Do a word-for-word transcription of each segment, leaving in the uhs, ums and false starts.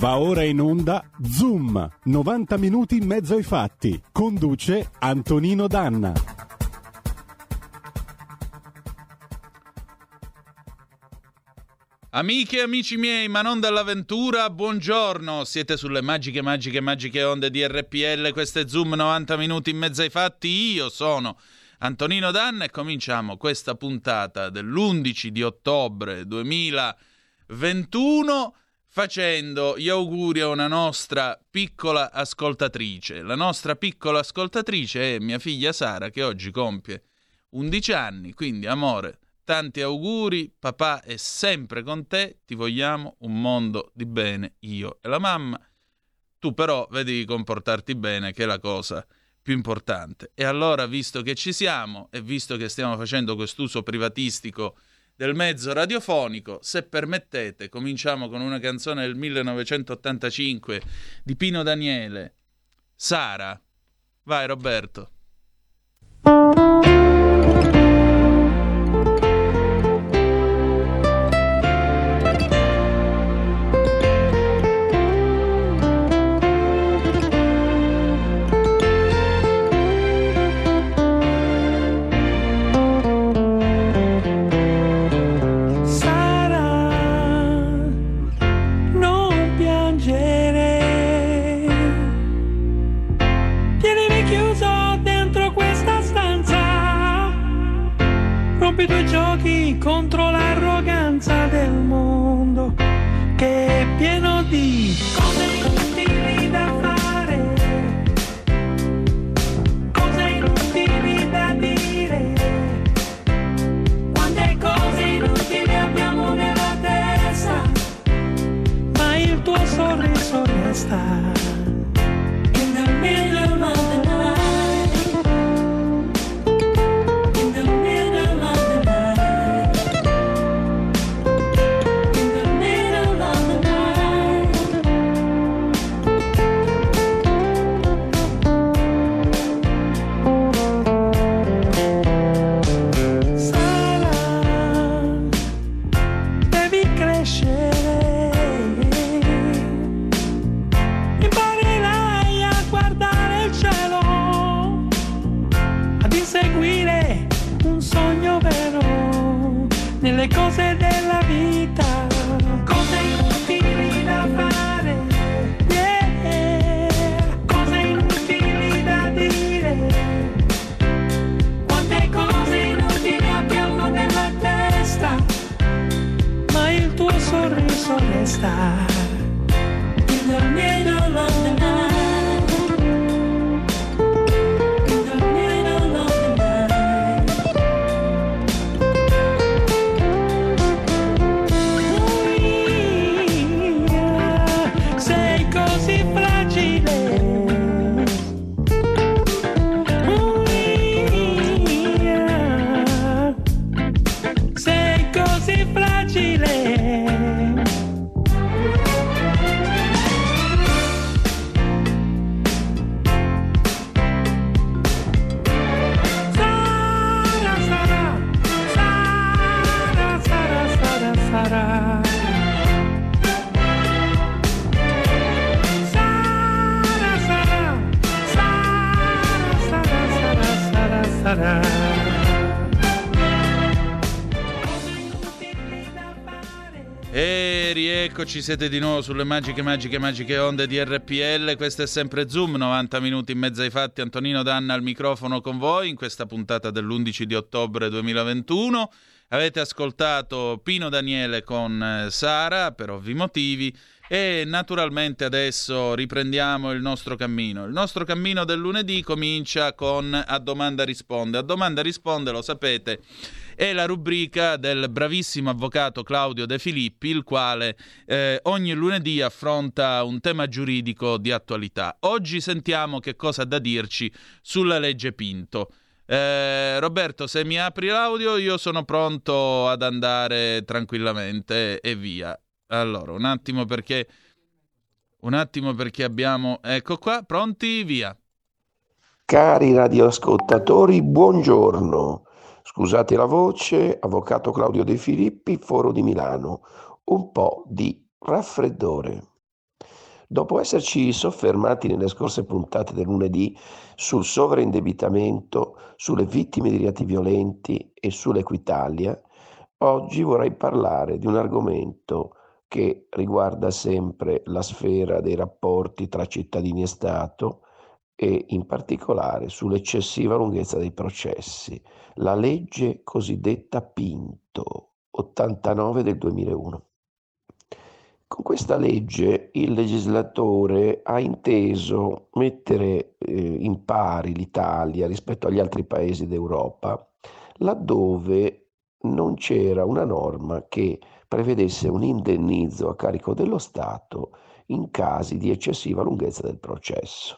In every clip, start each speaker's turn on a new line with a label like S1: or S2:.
S1: Va ora in onda Zoom, novanta minuti in mezzo ai fatti. Conduce Antonino Danna.
S2: Amiche e amici miei, ma non dall'avventura, buongiorno. Siete sulle magiche, magiche, magiche onde di R P L. Questo è Zoom, novanta minuti in mezzo ai fatti. Io sono Antonino Danna e cominciamo questa puntata dell'undici di ottobre duemilaventuno facendo gli auguri a una nostra piccola ascoltatrice. La nostra piccola ascoltatrice è mia figlia Sara, che oggi compie undici anni, quindi amore, tanti auguri, papà è sempre con te, ti vogliamo un mondo di bene, io e la mamma. Tu però vedi di comportarti bene, che è la cosa più importante. E allora, visto che ci siamo e visto che stiamo facendo quest'uso privatistico del mezzo radiofonico, se permettete, cominciamo con una canzone del millenovecentottantacinque di Pino Daniele, Sara. Vai Roberto.
S3: Rompi due giochi contro l'arroganza del mondo che è pieno di cose inutili da fare, cose inutili da dire, quante cose inutili abbiamo nella testa, ma il tuo sorriso resta in the middle of the night. Nelle cose della vita, cose inutili da fare, yeah, cose inutili da dire, quante cose inutili abbiamo nella testa, ma il tuo sorriso resta in the middle of the night.
S2: E rieccoci, siete di nuovo sulle magiche, magiche, magiche onde di R P L. Questo è sempre Zoom, novanta minuti in mezzo ai fatti. Antonino Danna al microfono con voi in questa puntata dell'undici di ottobre duemilaventuno. Avete ascoltato Pino Daniele con Sara, per ovvi motivi, e naturalmente adesso riprendiamo il nostro cammino. Il nostro cammino del lunedì comincia con A Domanda Risponde. A Domanda Risponde, lo sapete, è la rubrica del bravissimo avvocato Claudio De Filippi, il quale eh, ogni lunedì affronta un tema giuridico di attualità. Oggi sentiamo che cosa ha da dirci sulla legge Pinto. Eh, Roberto, se mi apri l'audio io sono pronto ad andare tranquillamente e via. Allora, un attimo perché un attimo perché abbiamo, ecco qua, pronti, via.
S4: Cari radioascoltatori, buongiorno. Scusate la voce, avvocato Claudio De Filippi, Foro di Milano. Un po' di raffreddore. Dopo esserci soffermati nelle scorse puntate del lunedì sul sovraindebitamento, sulle vittime di reati violenti e sull'Equitalia, oggi vorrei parlare di un argomento che riguarda sempre la sfera dei rapporti tra cittadini e Stato e in particolare sull'eccessiva lunghezza dei processi, la legge cosiddetta Pinto ottantanove del duemilauno. Con questa legge il legislatore ha inteso mettere eh, in pari l'Italia rispetto agli altri paesi d'Europa, laddove non c'era una norma che prevedesse un indennizzo a carico dello Stato in casi di eccessiva lunghezza del processo.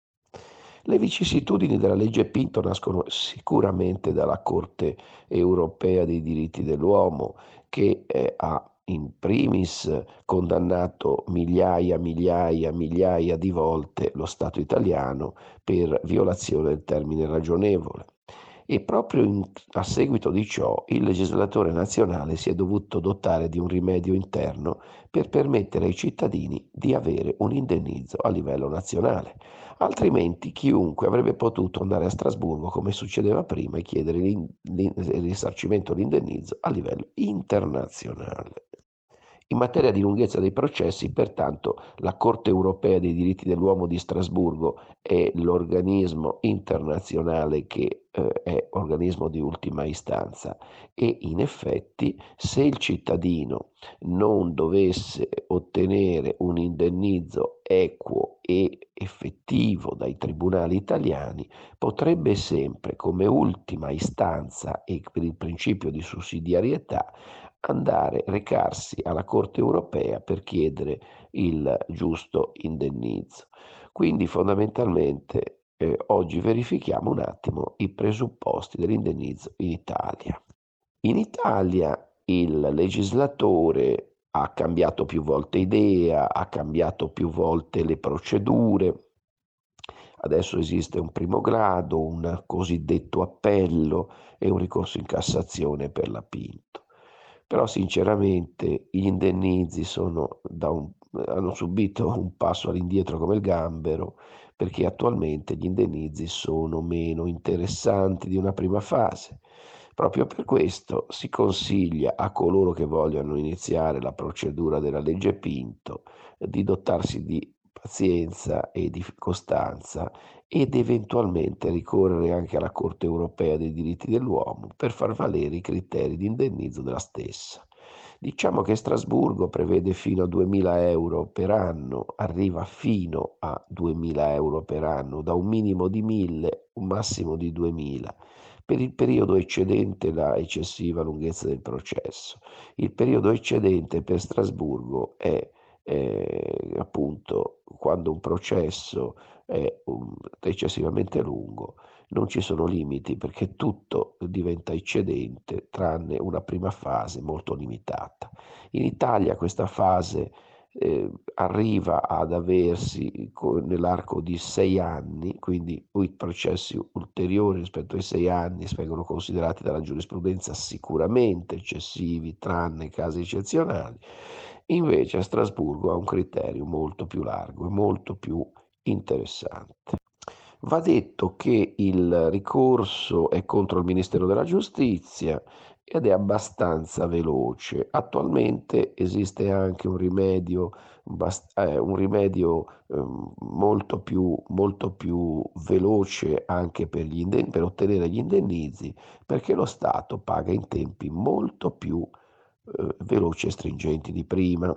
S4: Le vicissitudini della legge Pinto nascono sicuramente dalla Corte europea dei diritti dell'uomo, che eh, ha in primis condannato migliaia, migliaia, migliaia di volte lo Stato italiano per violazione del termine ragionevole. E proprio in, a seguito di ciò il legislatore nazionale si è dovuto dotare di un rimedio interno per permettere ai cittadini di avere un indennizzo a livello nazionale. Altrimenti chiunque avrebbe potuto andare a Strasburgo, come succedeva prima, e chiedere il risarcimento, l'indennizzo a livello internazionale. In materia di lunghezza dei processi, pertanto, la Corte europea dei diritti dell'uomo di Strasburgo è l'organismo internazionale che eh, è organismo di ultima istanza e in effetti se il cittadino non dovesse ottenere un indennizzo equo e effettivo dai tribunali italiani, potrebbe sempre, come ultima istanza e per il principio di sussidiarietà, andare, recarsi alla Corte europea per chiedere il giusto indennizzo. Quindi fondamentalmente eh, oggi verifichiamo un attimo i presupposti dell'indennizzo in Italia. In Italia il legislatore ha cambiato più volte idea, ha cambiato più volte le procedure. Adesso esiste un primo grado, un cosiddetto appello e un ricorso in Cassazione per la Pinto. Però sinceramente gli indennizi sono da un, hanno subito un passo all'indietro come il gambero, perché attualmente gli indennizi sono meno interessanti di una prima fase. Proprio per questo si consiglia a coloro che vogliono iniziare la procedura della legge Pinto di dotarsi di pazienza e di costanza ed eventualmente ricorrere anche alla Corte europea dei diritti dell'uomo per far valere i criteri di indennizzo della stessa. Diciamo che Strasburgo prevede fino a duemila euro per anno, arriva fino a duemila euro per anno, da un minimo di mille, un massimo di duemila, per il periodo eccedente la eccessiva lunghezza del processo. Il periodo eccedente per Strasburgo è eh, appunto quando un processo è um, eccessivamente lungo, non ci sono limiti perché tutto diventa eccedente tranne una prima fase molto limitata. In Italia questa fase eh, arriva ad aversi co- nell'arco di sei anni, quindi i processi ulteriori rispetto ai sei anni vengono considerati dalla giurisprudenza sicuramente eccessivi, tranne casi eccezionali. Invece a Strasburgo ha un criterio molto più largo e molto più interessante. Va detto che il ricorso è contro il Ministero della Giustizia ed è abbastanza veloce. Attualmente esiste anche un rimedio, eh, un rimedio eh, molto più, molto più veloce anche per, gli inden- per ottenere gli indennizi, perché lo Stato paga in tempi molto più eh, veloci e stringenti di prima.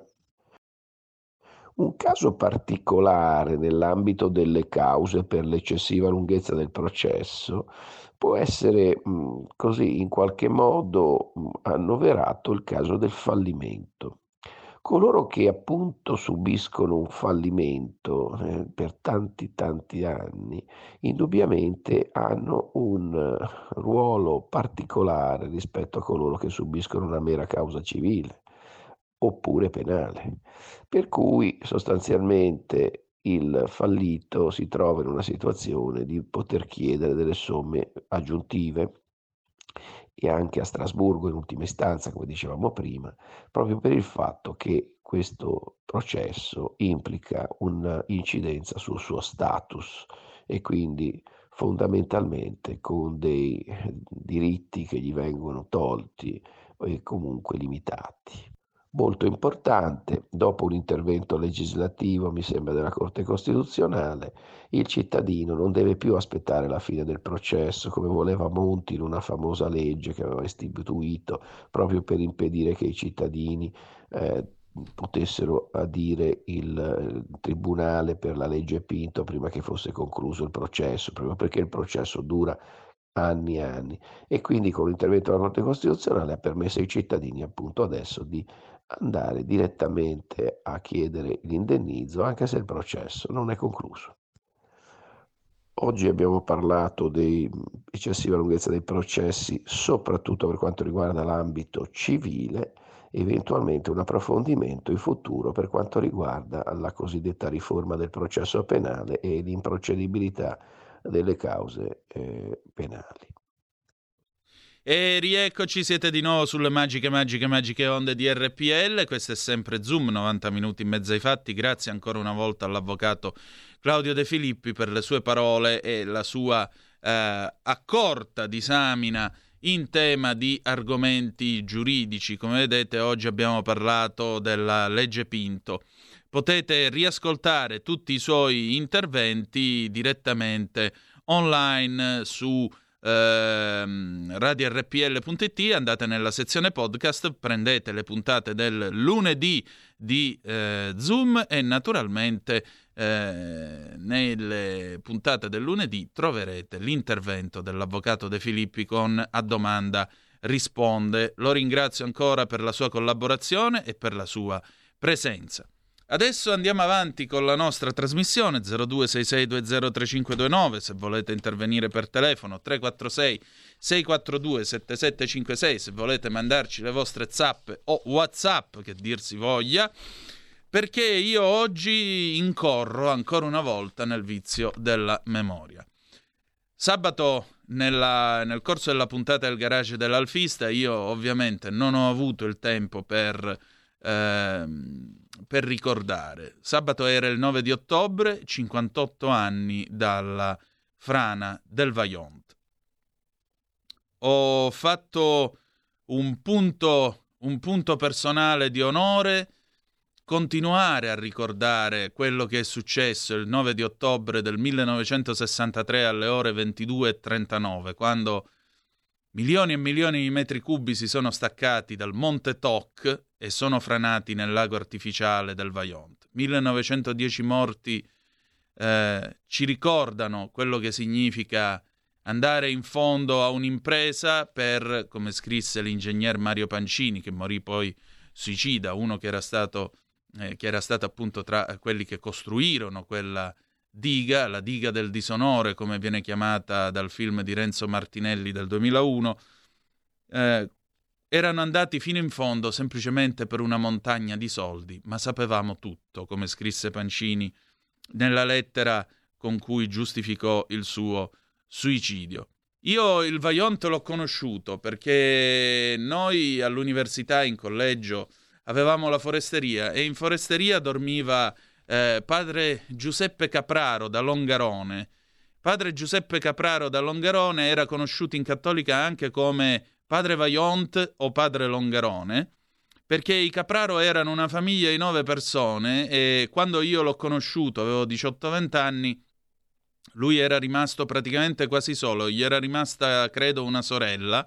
S4: Un caso particolare nell'ambito delle cause per l'eccessiva lunghezza del processo può essere mh, così in qualche modo mh, annoverato il caso del fallimento. Coloro che appunto subiscono un fallimento eh, per tanti tanti anni indubbiamente hanno un uh, ruolo particolare rispetto a coloro che subiscono una mera causa civile oppure penale. Per cui sostanzialmente il fallito si trova in una situazione di poter chiedere delle somme aggiuntive e anche a Strasburgo in ultima istanza, come dicevamo prima, proprio per il fatto che questo processo implica un'incidenza sul suo status e quindi fondamentalmente con dei diritti che gli vengono tolti e comunque limitati. Molto importante, dopo un intervento legislativo, mi sembra, della Corte Costituzionale, il cittadino non deve più aspettare la fine del processo, come voleva Monti in una famosa legge che aveva istituito proprio per impedire che i cittadini eh, potessero adire il, il tribunale per la legge Pinto prima che fosse concluso il processo, proprio perché il processo dura anni e anni, e quindi con l'intervento della Corte Costituzionale ha permesso ai cittadini appunto adesso di andare direttamente a chiedere l'indennizzo anche se il processo non è concluso. Oggi abbiamo parlato dell'eccessiva lunghezza dei processi, soprattutto per quanto riguarda l'ambito civile, eventualmente un approfondimento in futuro per quanto riguarda la cosiddetta riforma del processo penale e l'improcedibilità delle cause eh, penali.
S2: E rieccoci, siete di nuovo sulle magiche, magiche, magiche onde di R P L. Questo è sempre Zoom, novanta minuti in mezzo ai fatti. Grazie ancora una volta all'avvocato Claudio De Filippi per le sue parole e la sua eh, accorta disamina in tema di argomenti giuridici. Come vedete, oggi abbiamo parlato della legge Pinto. Potete riascoltare tutti i suoi interventi direttamente online su Uh, radio R P L punto it, andate nella sezione podcast, prendete le puntate del lunedì di uh, Zoom e naturalmente uh, nelle puntate del lunedì troverete l'intervento dell'avvocato De Filippi con A Domanda Risponde. Lo ringrazio ancora per la sua collaborazione e per la sua presenza. Adesso andiamo avanti con la nostra trasmissione zero due sei sei due zero tre cinque due nove, se volete intervenire per telefono tre quattro sei sei quattro due sette sette cinque sei, se volete mandarci le vostre zappe o WhatsApp, che dir si voglia, perché io oggi incorro ancora una volta nel vizio della memoria. Sabato nella, nel corso della puntata del Garage dell'Alfista io ovviamente non ho avuto il tempo per... Ehm, per ricordare. Sabato era il nove di ottobre, cinquantotto anni dalla frana del Vajont. Ho fatto un punto, un punto personale di onore, continuare a ricordare quello che è successo il nove di ottobre del millenovecentosessantatré alle ore ventidue e trentanove, quando milioni e milioni di metri cubi si sono staccati dal Monte Toc e sono franati nel lago artificiale del Vajont. millenovecentodieci morti eh, ci ricordano quello che significa andare in fondo a un'impresa per, come scrisse l'ingegner Mario Pancini, che morì poi suicida, uno che era stato, eh, che era stato appunto tra quelli che costruirono quella diga, la diga del disonore, come viene chiamata dal film di Renzo Martinelli del duemilauno, eh, erano andati fino in fondo semplicemente per una montagna di soldi, ma sapevamo tutto, come scrisse Pancini nella lettera con cui giustificò il suo suicidio. Io il Vajont l'ho conosciuto perché noi all'università, in collegio, avevamo la foresteria e in foresteria dormiva eh, padre Giuseppe Capraro da Longarone. Padre Giuseppe Capraro da Longarone era conosciuto in cattolica anche come padre Vajont o padre Longarone, perché i Capraro erano una famiglia di nove persone e quando io l'ho conosciuto, avevo diciotto venti anni, lui era rimasto praticamente quasi solo, gli era rimasta credo una sorella,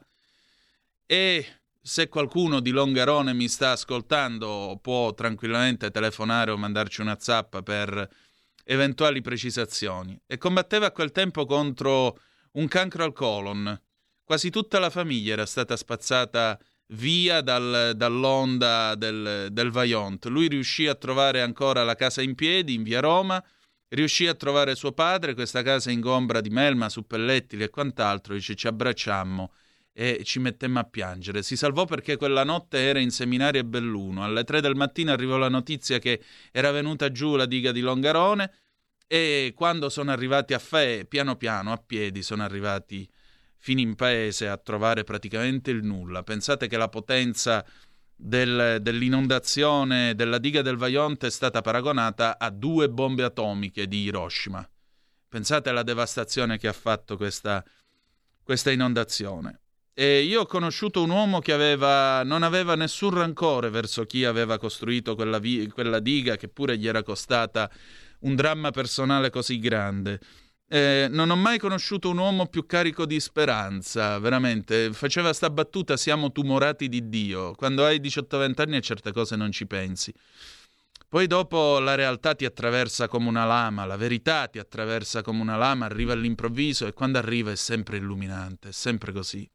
S2: e se qualcuno di Longarone mi sta ascoltando può tranquillamente telefonare o mandarci una zappa per eventuali precisazioni. E combatteva a quel tempo contro un cancro al colon. Quasi tutta la famiglia era stata spazzata via dal, dall'onda del, del Vajont. Lui riuscì a trovare ancora la casa in piedi in via Roma, riuscì a trovare suo padre, questa casa ingombra di melma, suppellettili e quant'altro. Dice: ci abbracciammo e ci mettemmo a piangere. Si salvò perché quella notte era in seminario a Belluno. Alle tre del mattino arrivò la notizia che era venuta giù la diga di Longarone e quando sono arrivati a Fe, piano piano, a piedi, sono arrivati fino in paese a trovare praticamente il nulla. Pensate che la potenza del, dell'inondazione della diga del Vajont è stata paragonata a due bombe atomiche di Hiroshima. Pensate alla devastazione che ha fatto questa, questa inondazione. E io ho conosciuto un uomo che aveva, non aveva nessun rancore verso chi aveva costruito quella, vi, quella diga, che pure gli era costata un dramma personale così grande. Eh, non ho mai conosciuto un uomo più carico di speranza, veramente. Faceva sta battuta: siamo tumorati di Dio. Quando hai diciotto venti anni a certe cose non ci pensi. Poi dopo la realtà ti attraversa come una lama, la verità ti attraversa come una lama, arriva all'improvviso e quando arriva è sempre illuminante, è sempre così.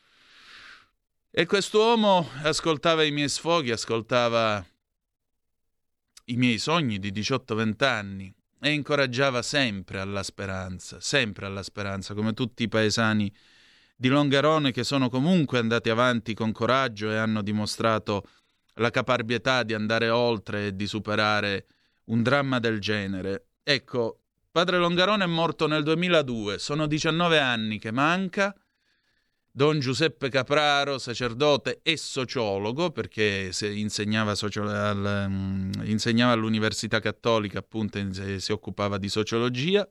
S2: E quest'uomo ascoltava i miei sfoghi, ascoltava i miei sogni di diciotto venti anni e incoraggiava sempre alla speranza, sempre alla speranza, come tutti i paesani di Longarone che sono comunque andati avanti con coraggio e hanno dimostrato la caparbietà di andare oltre e di superare un dramma del genere. Ecco, padre Longarone è morto nel duemiladue, sono diciannove anni che manca. Don Giuseppe Capraro, sacerdote e sociologo, perché insegnava, socio- al, um, insegnava all'Università Cattolica, appunto, si, si occupava di sociologia.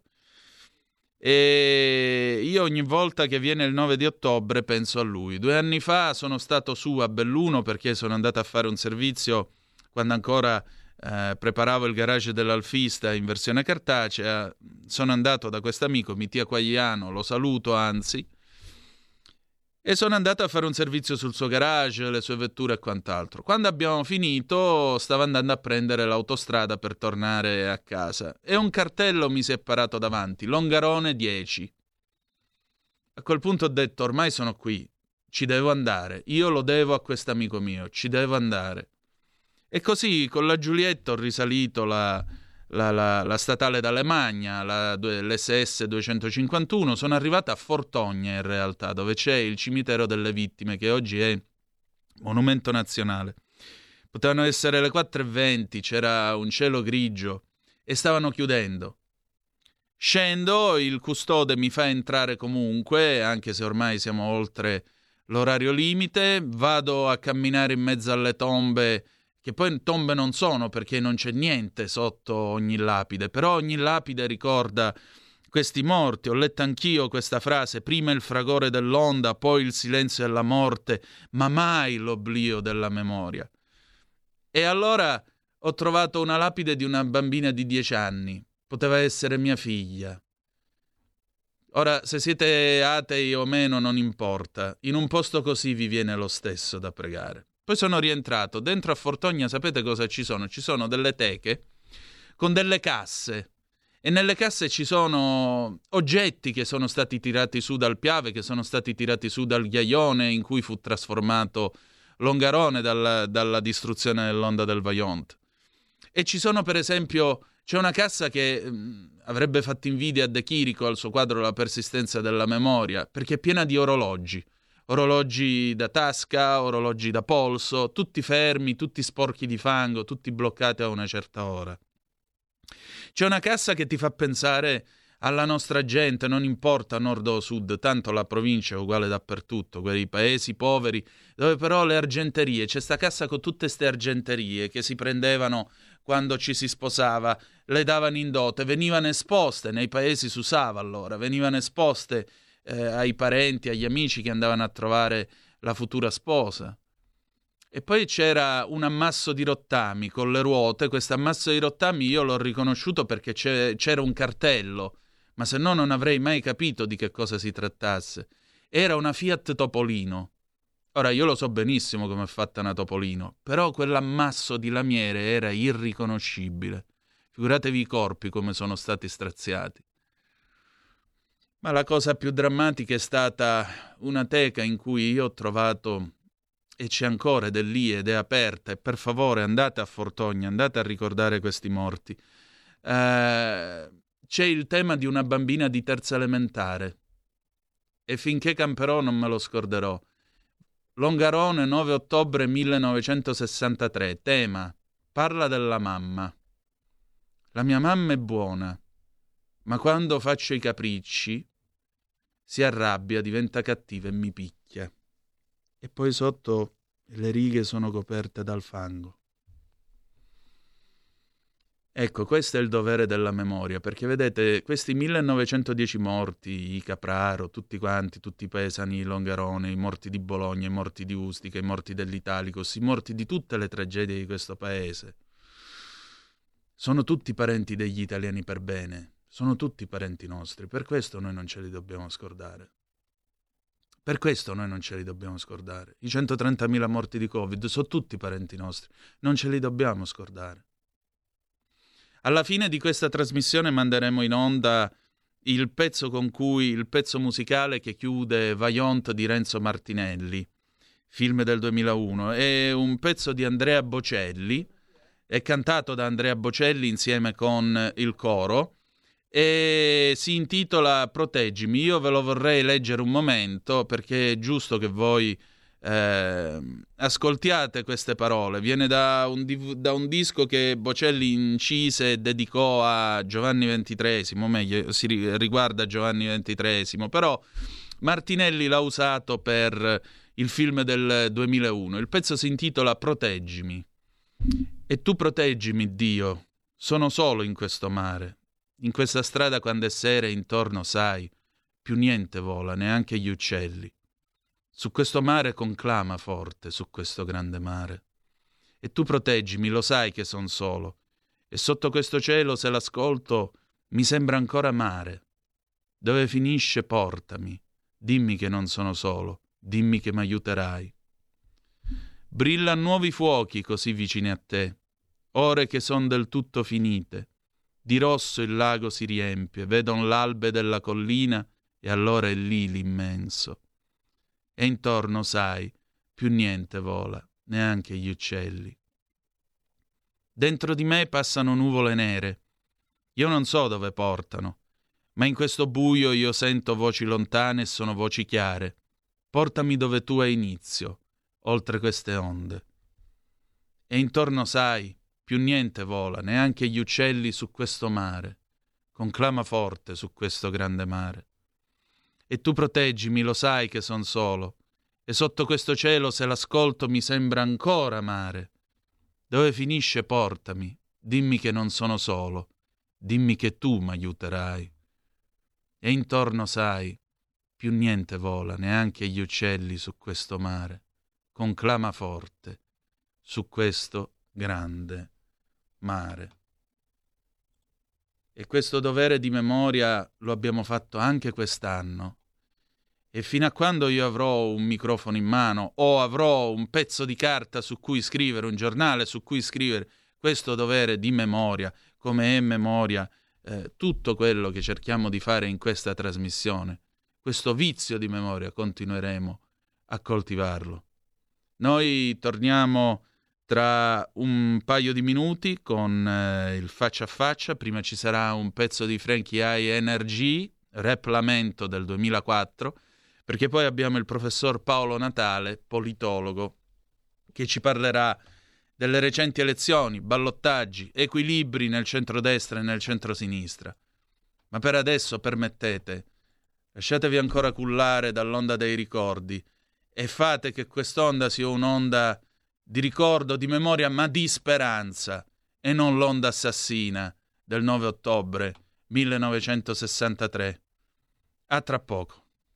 S2: E io ogni volta che viene il nove di ottobre penso a lui. Due anni fa sono stato su a Belluno perché sono andato a fare un servizio quando ancora eh, preparavo il garage dell'Alfista in versione cartacea. Sono andato da quest'amico Mitia Quagliano, lo saluto anzi, e sono andato a fare un servizio sul suo garage, le sue vetture e quant'altro. Quando abbiamo finito stavo andando a prendere l'autostrada per tornare a casa e un cartello mi si è parato davanti: Longarone dieci. A quel punto ho detto: ormai sono qui, ci devo andare, io lo devo a quest'amico mio, ci devo andare. E così con la Giulietta ho risalito la... La, la, la statale d'Alemagna, la, l'esse esse duecentocinquantuno, sono arrivata a Fortogna in realtà, dove c'è il cimitero delle vittime, che oggi è monumento nazionale. Potevano essere le quattro e venti, c'era un cielo grigio e stavano chiudendo. Scendo, il custode mi fa entrare comunque, anche se ormai siamo oltre l'orario limite, vado a camminare in mezzo alle tombe, che poi tombe non sono perché non c'è niente sotto ogni lapide, però ogni lapide ricorda questi morti. Ho letto anch'io questa frase: prima il fragore dell'onda, poi il silenzio della morte, ma mai l'oblio della memoria. E allora ho trovato una lapide di una bambina di dieci anni, poteva essere mia figlia. Ora, se siete atei o meno non importa, in un posto così vi viene lo stesso da pregare. Poi sono rientrato, dentro a Fortogna sapete cosa ci sono? Ci sono delle teche con delle casse e nelle casse ci sono oggetti che sono stati tirati su dal Piave, che sono stati tirati su dal ghiaione in cui fu trasformato Longarone dalla, dalla distruzione dell'onda del Vajont. E ci sono per esempio, c'è una cassa che mh, avrebbe fatto invidia a De Chirico al suo quadro La persistenza della memoria, perché è piena di orologi. Orologi da tasca, orologi da polso, tutti fermi, tutti sporchi di fango, tutti bloccati a una certa ora. C'è una cassa che ti fa pensare alla nostra gente, non importa nord o sud, tanto la provincia è uguale dappertutto, quei paesi poveri, dove però le argenterie, c'è sta cassa con tutte ste argenterie che si prendevano quando ci si sposava, le davano in dote, venivano esposte, nei paesi si usava allora, venivano esposte Eh, ai parenti, agli amici che andavano a trovare la futura sposa. E poi c'era un ammasso di rottami con le ruote. Questo ammasso di rottami io l'ho riconosciuto perché c'è, c'era un cartello, ma se no non avrei mai capito di che cosa si trattasse. Era una Fiat Topolino. Ora io lo so benissimo come è fatta una Topolino, però quell'ammasso di lamiere era irriconoscibile. Figuratevi i corpi come sono stati straziati. Ma la cosa più drammatica è stata una teca in cui io ho trovato, e c'è ancora ed è lì ed è aperta, e per favore andate a Fortogna, andate a ricordare questi morti. Eh, c'è il tema di una bambina di terza elementare e finché camperò non me lo scorderò. Longarone, nove ottobre millenovecentosessantatré, tema: parla della mamma. La mia mamma è buona, ma quando faccio i capricci si arrabbia, diventa cattiva e mi picchia. E poi sotto le righe sono coperte dal fango. Ecco, questo è il dovere della memoria, perché vedete, questi millenovecentodieci morti, i Capraro, tutti quanti, tutti i paesani di Longarone, i morti di Bologna, i morti di Ustica, i morti dell'Italicus, i morti di tutte le tragedie di questo paese, sono tutti parenti degli italiani per bene, sono tutti parenti nostri, per questo noi non ce li dobbiamo scordare. Per questo noi non ce li dobbiamo scordare. I centotrentamila morti di Covid sono tutti parenti nostri, non ce li dobbiamo scordare. Alla fine di questa trasmissione manderemo in onda il pezzo con cui, il pezzo musicale che chiude Vaillant di Renzo Martinelli, film del duemilauno. È un pezzo di Andrea Bocelli, è cantato da Andrea Bocelli insieme con il coro e si intitola Proteggimi. Io ve lo vorrei leggere un momento perché è giusto che voi Eh, ascoltiate queste parole. Viene da un, da un disco che Bocelli incise e dedicò a Giovanni ventitreesimo, o meglio si riguarda Giovanni ventitreesimo, però Martinelli l'ha usato per il film del duemilauno. Il pezzo si intitola Proteggimi. E tu proteggimi, Dio, sono solo in questo mare, in questa strada quando è sera e intorno, sai, più niente vola, neanche gli uccelli. Su questo mare conclama forte, su questo grande mare. E tu proteggimi, lo sai che son solo. E sotto questo cielo, se l'ascolto, mi sembra ancora mare. Dove finisce, portami. Dimmi che non sono solo. Dimmi che m'aiuterai. Brillan nuovi fuochi così vicini a te. Ore che son del tutto finite. Di rosso il lago si riempie. Vedon l'albe della collina e allora è lì l'immenso. E intorno, sai, più niente vola, neanche gli uccelli. Dentro di me passano nuvole nere. Io non so dove portano, ma in questo buio io sento voci lontane e sono voci chiare. Portami dove tu hai inizio, oltre queste onde. E intorno, sai, più niente vola, neanche gli uccelli su questo mare. Conclama forte su questo grande mare. E tu proteggimi, lo sai che son solo, e sotto questo cielo se l'ascolto mi sembra ancora mare. Dove finisce portami, dimmi che non sono solo, dimmi che tu m'aiuterai. E intorno sai, più niente vola, neanche gli uccelli su questo mare. Conclama forte su questo grande mare. E questo dovere di memoria lo abbiamo fatto anche quest'anno. E fino a quando io avrò un microfono in mano o avrò un pezzo di carta su cui scrivere, un giornale su cui scrivere questo dovere di memoria, come è memoria eh, tutto quello che cerchiamo di fare in questa trasmissione, questo vizio di memoria continueremo a coltivarlo. Noi torniamo tra un paio di minuti con eh, il faccia a faccia. Prima ci sarà un pezzo di Frankie I N R G, Rap Lamento del duemilaquattro, perché poi abbiamo il professor Paolo Natale, politologo, che ci parlerà delle recenti elezioni, ballottaggi, equilibri nel centrodestra e nel centrosinistra. Ma per adesso permettete, lasciatevi ancora cullare dall'onda dei ricordi e fate che quest'onda sia un'onda di ricordo, di memoria, ma di speranza, e non l'onda assassina del nove ottobre millenovecentosessantatré. A tra poco.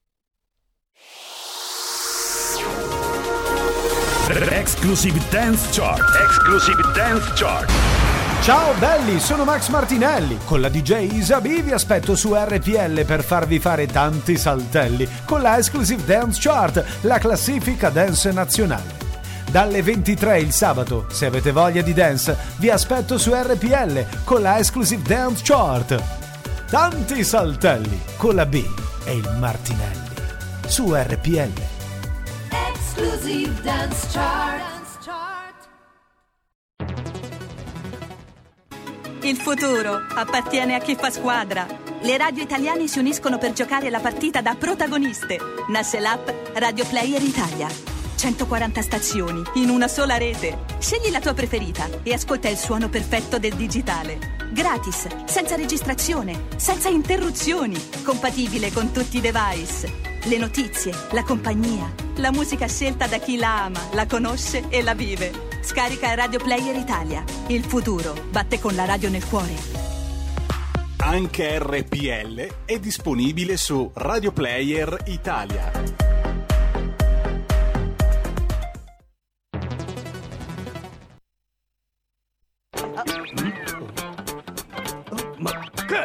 S5: Exclusive Dance Chart. Exclusive Dance Chart.
S6: Ciao belli, sono Max Martinelli. Con la D J Isabi vi aspetto su R P L per farvi fare tanti saltelli con la Exclusive Dance Chart, la classifica dance nazionale. Dalle ventitré il sabato, se avete voglia di dance, vi aspetto su R P L con la Exclusive Dance Chart. Tanti saltelli con la B e il Martinelli su R P L.
S7: Exclusive Dance Chart.
S8: Il futuro appartiene a chi fa squadra. Le radio italiane si uniscono per giocare la partita da protagoniste. Nasce l'app Radio Player Italia. centoquaranta stazioni in una sola rete. Scegli la tua preferita e ascolta il suono perfetto del digitale. Gratis, senza registrazione, senza interruzioni, compatibile con tutti i device. Le notizie, la compagnia, la musica scelta da chi la ama, la conosce e la vive. Scarica Radio Player Italia. Il futuro batte con la radio nel cuore.
S1: Anche R P L è disponibile su Radio Player Italia.
S5: Ma che?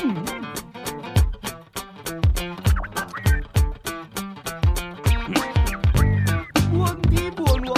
S3: Buondì, buon uomo.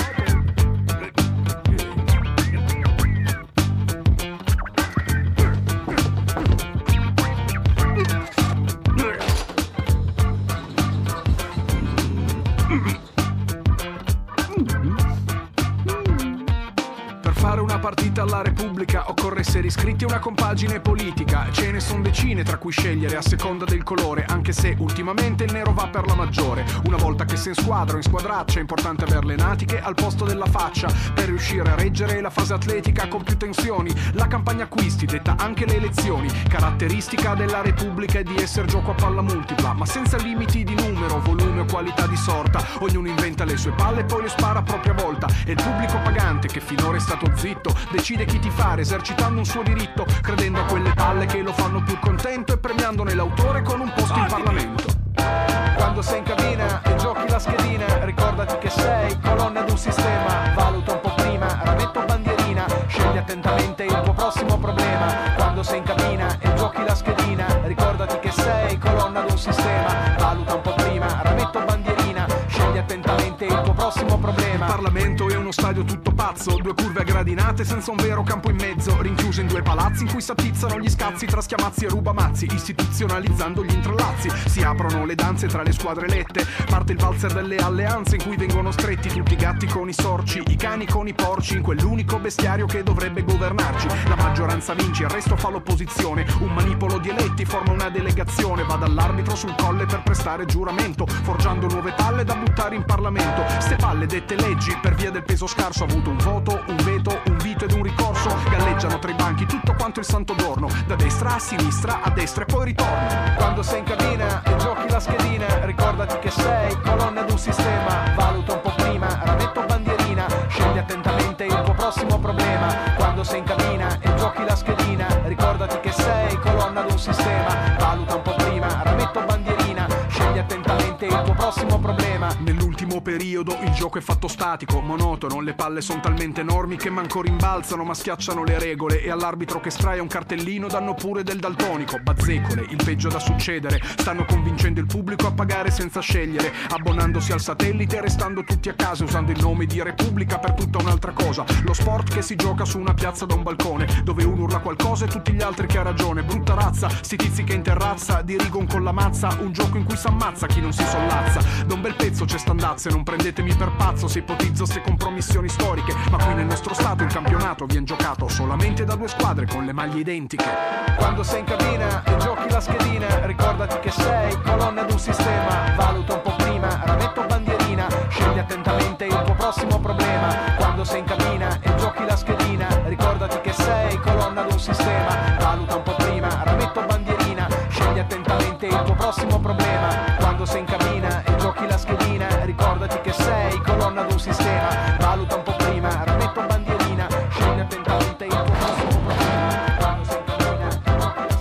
S9: Una partita alla Repubblica occorre essere iscritti a una compagine politica. Ce ne son decine tra cui scegliere a seconda del colore, anche se ultimamente il nero va per la maggiore. Una volta che sei in squadra o in squadraccia è importante aver le natiche al posto della faccia per riuscire a reggere la fase atletica con più tensioni. La campagna acquisti detta anche le elezioni. Caratteristica della Repubblica è di essere gioco a palla multipla, ma senza limiti di numero, volume o qualità di sorta. Ognuno inventa le sue palle e poi le spara a propria volta. E il pubblico pagante, che finora è stato zitto, decide chi tifare esercitando un suo diritto, credendo a quelle palle che lo fanno più contento e premiandone l'autore con un posto in Parlamento. Quando sei in cabina e giochi la schedina, ricordati che sei colonna di un sistema. Valuta un po' prima, rametto bandierina, scegli attentamente il tuo prossimo problema. Quando sei in cabina e giochi la schedina, ricordati che sei colonna di un sistema. Valuta un po' prima, rametto bandierina, scegli attentamente il tuo prossimo problema. Il Parlamento è uno stadio tutto pazzo, due curve a gradinate senza un vero campo in mezzo, rinchiuso in due palazzi in cui s'attizzano gli scazzi tra schiamazzi e rubamazzi, istituzionalizzando gli intrallazzi. Si aprono le danze tra le squadre elette, parte il valzer delle alleanze in cui vengono stretti tutti i gatti con i sorci, i cani con i porci, in quell'unico bestiario che dovrebbe governarci. La maggioranza vince, il resto fa l'opposizione, un manipolo di eletti forma una delegazione, va dall'arbitro sul colle per prestare giuramento, forgiando nuove palle da buttare in Parlamento. Ste palle dette leggi, per via del peso scarso, ha avuto un voto, un veto, un vito ed un ricorso. Galleggiano tra i banchi tutto quanto il santo giorno, da destra a sinistra, a destra e poi ritorno. Quando sei in cabina e giochi la schedina, ricordati che sei colonna di un sistema. Valuta un po' prima, rametto bandierina, scegli attentamente il tuo prossimo problema. Quando sei in cabina e giochi la schedina, ricordati che sei colonna di un sistema. Valuta un po' prima, rametto bandierina, scegli attentamente il tuo prossimo problema. Nell'ultimo periodo il gioco è fatto statico, monotono, le palle sono talmente enormi che manco rimbalzano ma schiacciano le regole, e all'arbitro che straia un cartellino danno pure del daltonico. Bazzecole, il peggio da succedere, stanno convincendo il pubblico a pagare senza scegliere, abbonandosi al satellite e restando tutti a casa, usando il nome di Repubblica per tutta un'altra cosa. Lo sport che si gioca su una piazza da un balcone, dove uno urla qualcosa e tutti gli altri che ha ragione. Brutta razza, sti tizi che in terrazza dirigono con la mazza, un gioco in cui s'ammazza chi non si sollazza. Da un bel pezzo c'è standazze, non prendetemi per pazzo se ipotizzo ste compromissioni storiche, ma qui nel nostro stato il campionato viene giocato solamente da due squadre con le maglie identiche. Quando sei in cabina e giochi la schedina, ricordati che sei colonna di un sistema. Valuta un po' prima, rametto bandierina, scegli attentamente il tuo prossimo problema. Quando sei in cabina e giochi la schedina, ricordati che sei colonna di un sistema. Valuta un po' prima, rametto bandierina, scegli attentamente il tuo prossimo problema. Quando sei in cabina e giochi la schedina, ricordati che sei colonna di un sistema. Valuta un po' prima, rametto bandierina, scegli attentamente il tuo prossimo problema. Quando sei in cabina e giochi la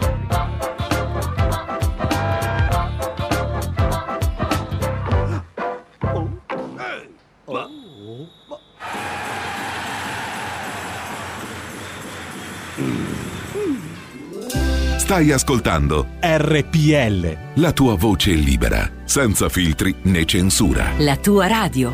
S10: Stai ascoltando
S1: R P L,
S10: la tua voce libera, senza filtri né censura.
S11: La tua radio.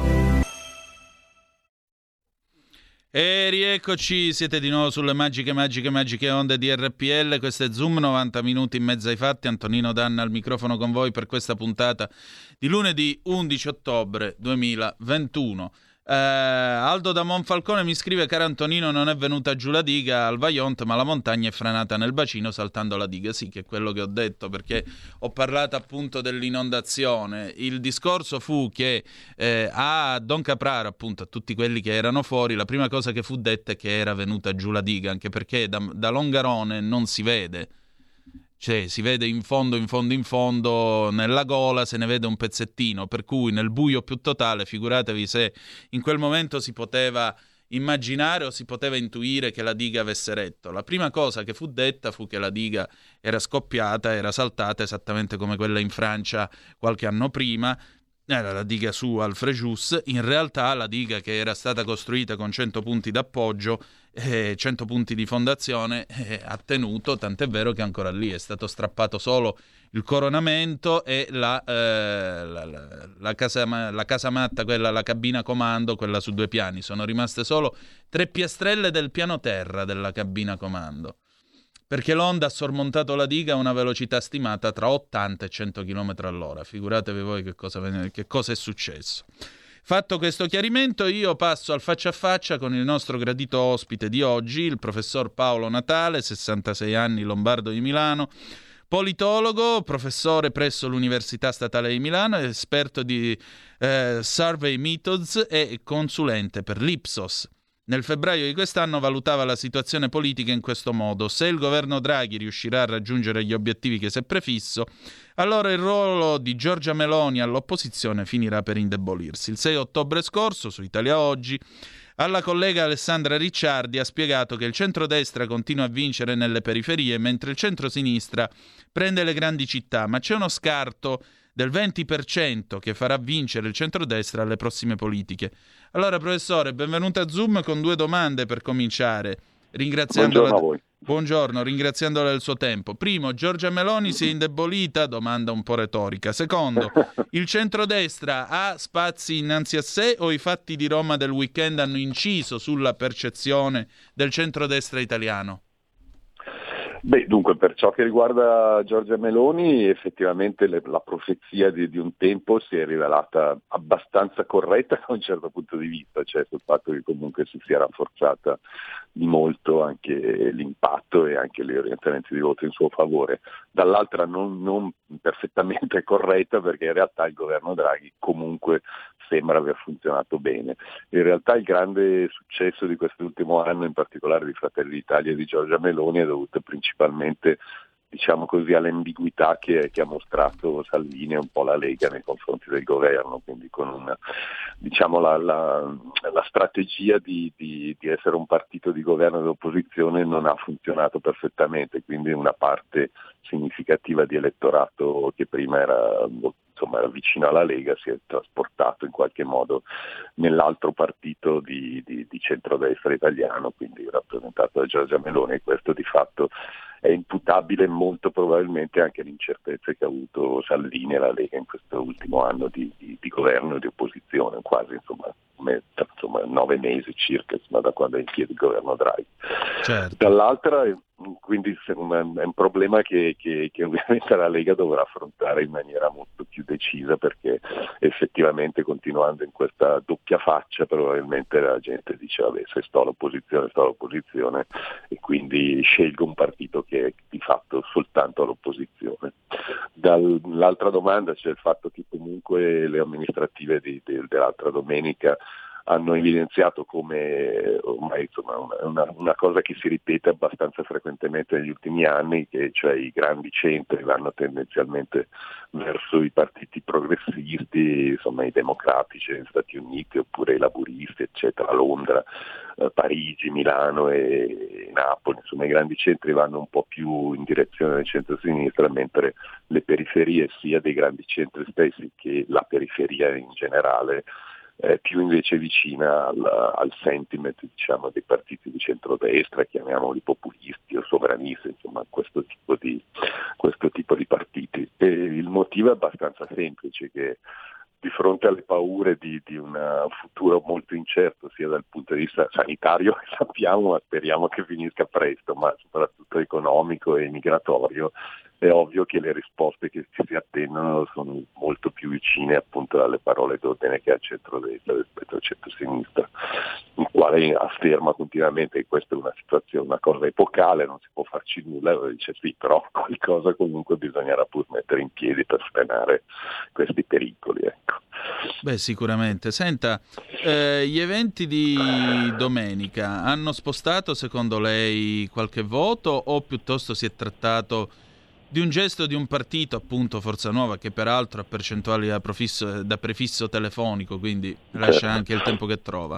S2: E rieccoci, siete di nuovo sulle magiche, magiche, magiche onde di R P L. Questo è Zoom, novanta minuti in mezzo ai fatti. Antonino Danna al microfono con voi per questa puntata di lunedì undici ottobre duemilaventuno. Uh, Aldo da Monfalcone mi scrive: caro Antonino, non è venuta giù la diga al Vajont, ma la montagna è franata nel bacino saltando la diga. Sì, che è quello che ho detto, perché ho parlato appunto dell'inondazione. Il discorso fu che eh, a Don Capraro, appunto, a tutti quelli che erano fuori, la prima cosa che fu detta è che era venuta giù la diga, anche perché da, da Longarone non si vede. Cioè, si vede in fondo, in fondo, in fondo, nella gola se ne vede un pezzettino, per cui nel buio più totale, figuratevi se in quel momento si poteva immaginare o si poteva intuire che la diga avesse retto. La prima cosa che fu detta fu che la diga era scoppiata, era saltata, esattamente come quella in Francia qualche anno prima, era la diga su al Frejus. In realtà la diga, che era stata costruita con cento punti d'appoggio, eh, cento punti di fondazione, eh, ha tenuto, tant'è vero che ancora lì è stato strappato solo il coronamento e la, eh, la, la, la, casa, la casamatta, quella, la cabina comando, quella su due piani. Sono rimaste solo tre piastrelle del piano terra della cabina comando, perché l'onda ha sormontato la diga a una velocità stimata tra ottanta e cento chilometri all'ora. Figuratevi voi che cosa, che cosa è successo. Fatto questo chiarimento, io passo al faccia a faccia con il nostro gradito ospite di oggi, il professor Paolo Natale, sessantasei anni, lombardo di Milano, politologo, professore presso l'Università Statale di Milano, esperto di eh, survey methods e consulente per l'Ipsos. Nel febbraio di quest'anno valutava la situazione politica in questo modo: se il governo Draghi riuscirà a raggiungere gli obiettivi che si è prefisso, allora il ruolo di Giorgia Meloni all'opposizione finirà per indebolirsi. Il sei ottobre scorso, su Italia Oggi, alla collega Alessandra Ricciardi ha spiegato che il centrodestra continua a vincere nelle periferie, mentre il centrosinistra prende le grandi città, ma c'è uno scarto del venti per cento che farà vincere il centrodestra alle prossime politiche. Allora, professore, benvenuto a Zoom con due domande per cominciare. Ringraziandola...
S11: Buongiorno a voi.
S2: Buongiorno, ringraziandola del suo tempo. Primo, Giorgia Meloni si è indebolita? Domanda un po' retorica. Secondo, il centrodestra ha spazi innanzi a sé o i fatti di Roma del weekend hanno inciso sulla percezione del centrodestra italiano?
S11: Beh, dunque, per ciò che riguarda Giorgia Meloni, effettivamente le, la profezia di, di un tempo si è rivelata abbastanza corretta da un certo punto di vista, cioè sul fatto che comunque si sia rafforzata di molto anche l'impatto e anche gli orientamenti di voto in suo favore. Dall'altra non, non perfettamente corretta, perché in realtà il governo Draghi comunque sembra aver funzionato bene. In realtà il grande successo di quest'ultimo anno, in particolare di Fratelli d'Italia e di Giorgia Meloni, è dovuto principalmente, diciamo così, all'ambiguità che, che ha mostrato Salvini e un po' la Lega nei confronti del governo, quindi con una, diciamo, la, la, la strategia di, di, di essere un partito di governo e di opposizione non ha funzionato perfettamente, quindi una parte significativa di elettorato che prima era, insomma, era vicino alla Lega si è trasportato in qualche modo nell'altro partito di, di, di centrodestra italiano, quindi rappresentato da Giorgia Meloni, e questo di fatto è imputabile molto probabilmente anche all'incertezza che ha avuto Salvini e la Lega in questo ultimo anno di, di, di governo e di opposizione, quasi insomma, me, insomma nove mesi circa, insomma, da quando è in piedi il governo Draghi.
S2: Certo.
S11: Dall'altra, quindi è un problema che, che, che ovviamente la Lega dovrà affrontare in maniera molto più decisa, perché effettivamente, continuando in questa doppia faccia, probabilmente la gente dice vabbè, se sto all'opposizione sto all'opposizione e quindi scelgo un partito che è di fatto soltanto all'opposizione. Dall'altra domanda c'è il fatto che comunque le amministrative di, di, dell'altra domenica hanno evidenziato come ormai insomma una, una, una cosa che si ripete abbastanza frequentemente negli ultimi anni, che cioè i grandi centri vanno tendenzialmente verso i partiti progressisti, insomma i democratici negli Stati Uniti oppure i laburisti eccetera, Londra, eh, Parigi, Milano e Napoli, insomma i grandi centri vanno un po' più in direzione del centro-sinistra, mentre le periferie sia dei grandi centri stessi che la periferia in generale Eh, più invece vicina al, al sentiment, diciamo, dei partiti di centrodestra, chiamiamoli populisti o sovranisti, insomma questo tipo di, questo tipo di partiti. E il motivo è abbastanza semplice, che di fronte alle paure di, di un futuro molto incerto sia dal punto di vista sanitario, sappiamo, ma speriamo che finisca presto, ma soprattutto economico e migratorio, è ovvio che le risposte che ci si attendono sono molto più vicine appunto alle parole d'ordine che al centro-destra rispetto al centro-sinistra, il quale afferma continuamente che questa è una situazione, una cosa epocale, non si può farci nulla, e dice sì, però qualcosa comunque bisognerà pur mettere in piedi per frenare questi pericoli, ecco.
S2: Beh, sicuramente. Senta, eh, gli eventi di domenica hanno spostato secondo lei qualche voto o piuttosto si è trattato di un gesto di un partito, appunto Forza Nuova, che peraltro ha percentuali da, profisso, da prefisso telefonico, quindi lascia anche il tempo che trova?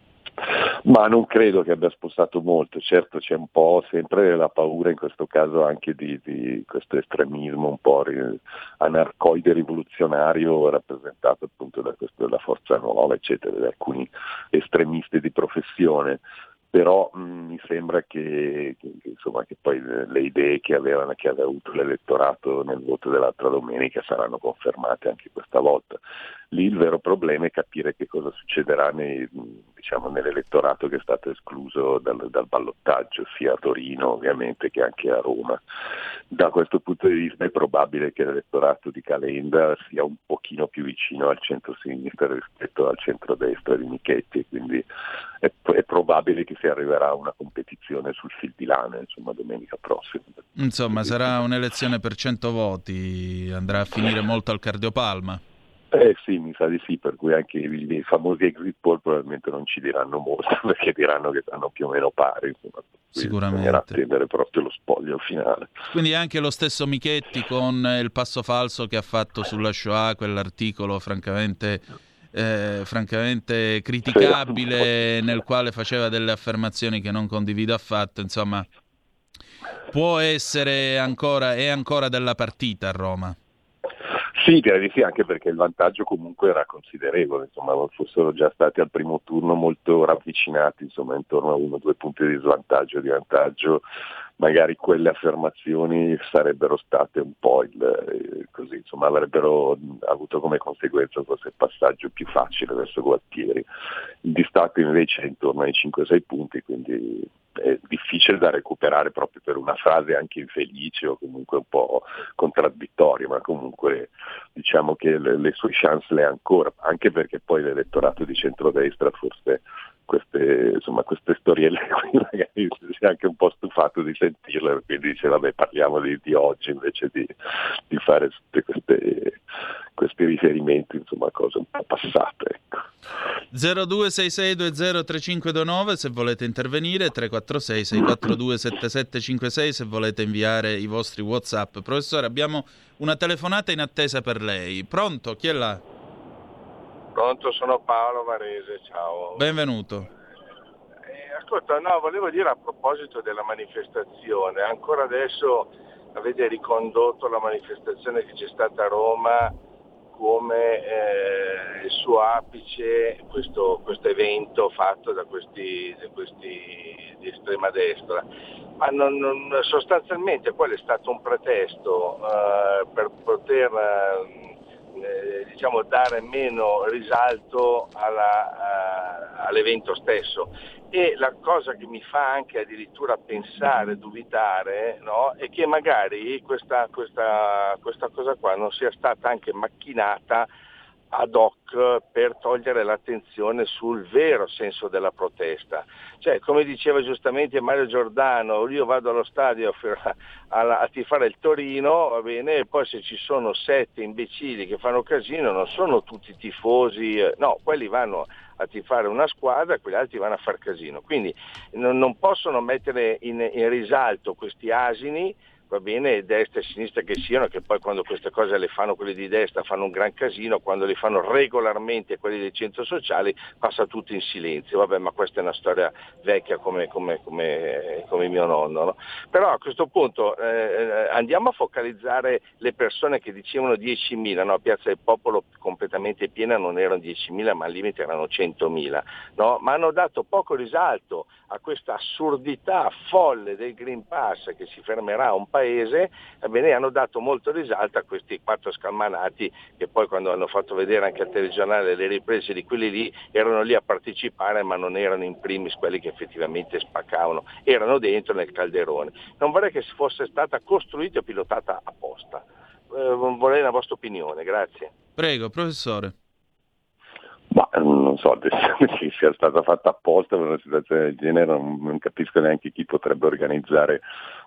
S11: Ma non credo che abbia spostato molto, certo c'è un po' sempre la paura in questo caso anche di, di questo estremismo un po' ri- anarcoide rivoluzionario rappresentato appunto da questo della Forza Nuova, eccetera, da alcuni estremisti di professione. Però mh, mi sembra che, che, che, insomma, che poi le, le idee che, avevano, che aveva avuto l'elettorato nel voto dell'altra domenica saranno confermate anche questa volta. Lì il vero problema è capire che cosa succederà nei, diciamo, nell'elettorato che è stato escluso dal, dal ballottaggio, sia a Torino ovviamente che anche a Roma. Da questo punto di vista è probabile che l'elettorato di Calenda sia un pochino più vicino al centro-sinistra rispetto al centro-destra di Michetti, quindi è, è probabile che si arriverà a una competizione sul fil di lana, insomma, domenica prossima.
S2: Insomma, sarà un'elezione per cento voti, andrà a finire molto al cardiopalma.
S11: Eh sì, mi sa di sì, per cui anche i, i famosi exit poll probabilmente non ci diranno molto, perché diranno che stanno più o meno pari, insomma.
S2: Sicuramente.
S11: Bisognerà attendere proprio lo spoglio finale.
S2: Quindi anche lo stesso Michetti con il passo falso che ha fatto sulla Shoah, quell'articolo francamente, eh, francamente criticabile, nel quale faceva delle affermazioni che non condivido affatto, insomma, può essere ancora, è ancora della partita a Roma.
S11: Sì, direi di sì, anche perché il vantaggio comunque era considerevole, insomma, fossero già stati al primo turno molto ravvicinati, insomma, intorno a uno o due punti di svantaggio e di vantaggio, magari quelle affermazioni sarebbero state un po' il, eh, così, insomma, avrebbero avuto come conseguenza forse il passaggio più facile verso Gualtieri. Il distacco invece è intorno ai cinque sei punti, quindi è difficile da recuperare proprio per una frase anche infelice o comunque un po' contraddittoria, ma comunque diciamo che le, le sue chance le ha ancora, anche perché poi l'elettorato di centrodestra forse queste, insomma, queste storielle qui magari si è anche un po' stufato di sentirle, quindi dice vabbè, parliamo di, di oggi invece di, di fare tutte queste, questi riferimenti, insomma, cose un po' passate, ecco.
S2: zero due sei sei due zero tre cinque due nove se volete intervenire, tre quattro sei sei quattro due sette sette cinque sei se volete inviare i vostri WhatsApp. Professore, abbiamo una telefonata in attesa per lei. Pronto? Chi è là?
S12: Pronto, sono Paolo Varese, ciao.
S2: Benvenuto.
S12: Eh, ascolta, no, volevo dire a proposito della manifestazione, ancora adesso avete ricondotto la manifestazione che c'è stata a Roma come eh, il suo apice, questo, questo evento fatto da questi, da questi di estrema destra, ma non, non, sostanzialmente quello è stato un pretesto eh, per poter eh, diciamo dare meno risalto alla, uh, all'evento stesso. E la cosa che mi fa anche addirittura pensare, dubitare, no, è che magari questa, questa, questa cosa qua non sia stata anche macchinata ad hoc per togliere l'attenzione sul vero senso della protesta. Cioè, come diceva giustamente Mario Giordano, io vado allo stadio a, a, a tifare il Torino, va bene, e poi se ci sono sette imbecilli che fanno casino non sono tutti tifosi, no, quelli vanno a tifare una squadra e quegli altri vanno a far casino. Quindi non, non possono mettere in, in risalto questi asini, va bene, destra e sinistra che siano, che poi quando queste cose le fanno quelli di destra fanno un gran casino, quando le fanno regolarmente quelli dei centri sociali passa tutto in silenzio. Vabbè, ma questa è una storia vecchia come, come, come, come mio nonno, no? Però a questo punto eh, andiamo a focalizzare le persone che dicevano diecimila, no? Piazza del Popolo completamente piena non erano diecimila, ma al limite erano centomila, no? Ma hanno dato poco risalto a questa assurdità folle del Green Pass che si fermerà a un paese, ebbene hanno dato molto risalto a questi quattro scalmanati che poi quando hanno fatto vedere anche al telegiornale le riprese di quelli lì erano lì a partecipare, ma non erano in primis quelli che effettivamente spaccavano, erano dentro nel calderone. Non vorrei che fosse stata costruita e pilotata apposta. Eh, vorrei la vostra opinione, grazie.
S2: Prego, professore.
S11: Ma non so se sia stata fatta apposta per una situazione del genere, non, non capisco neanche chi potrebbe organizzare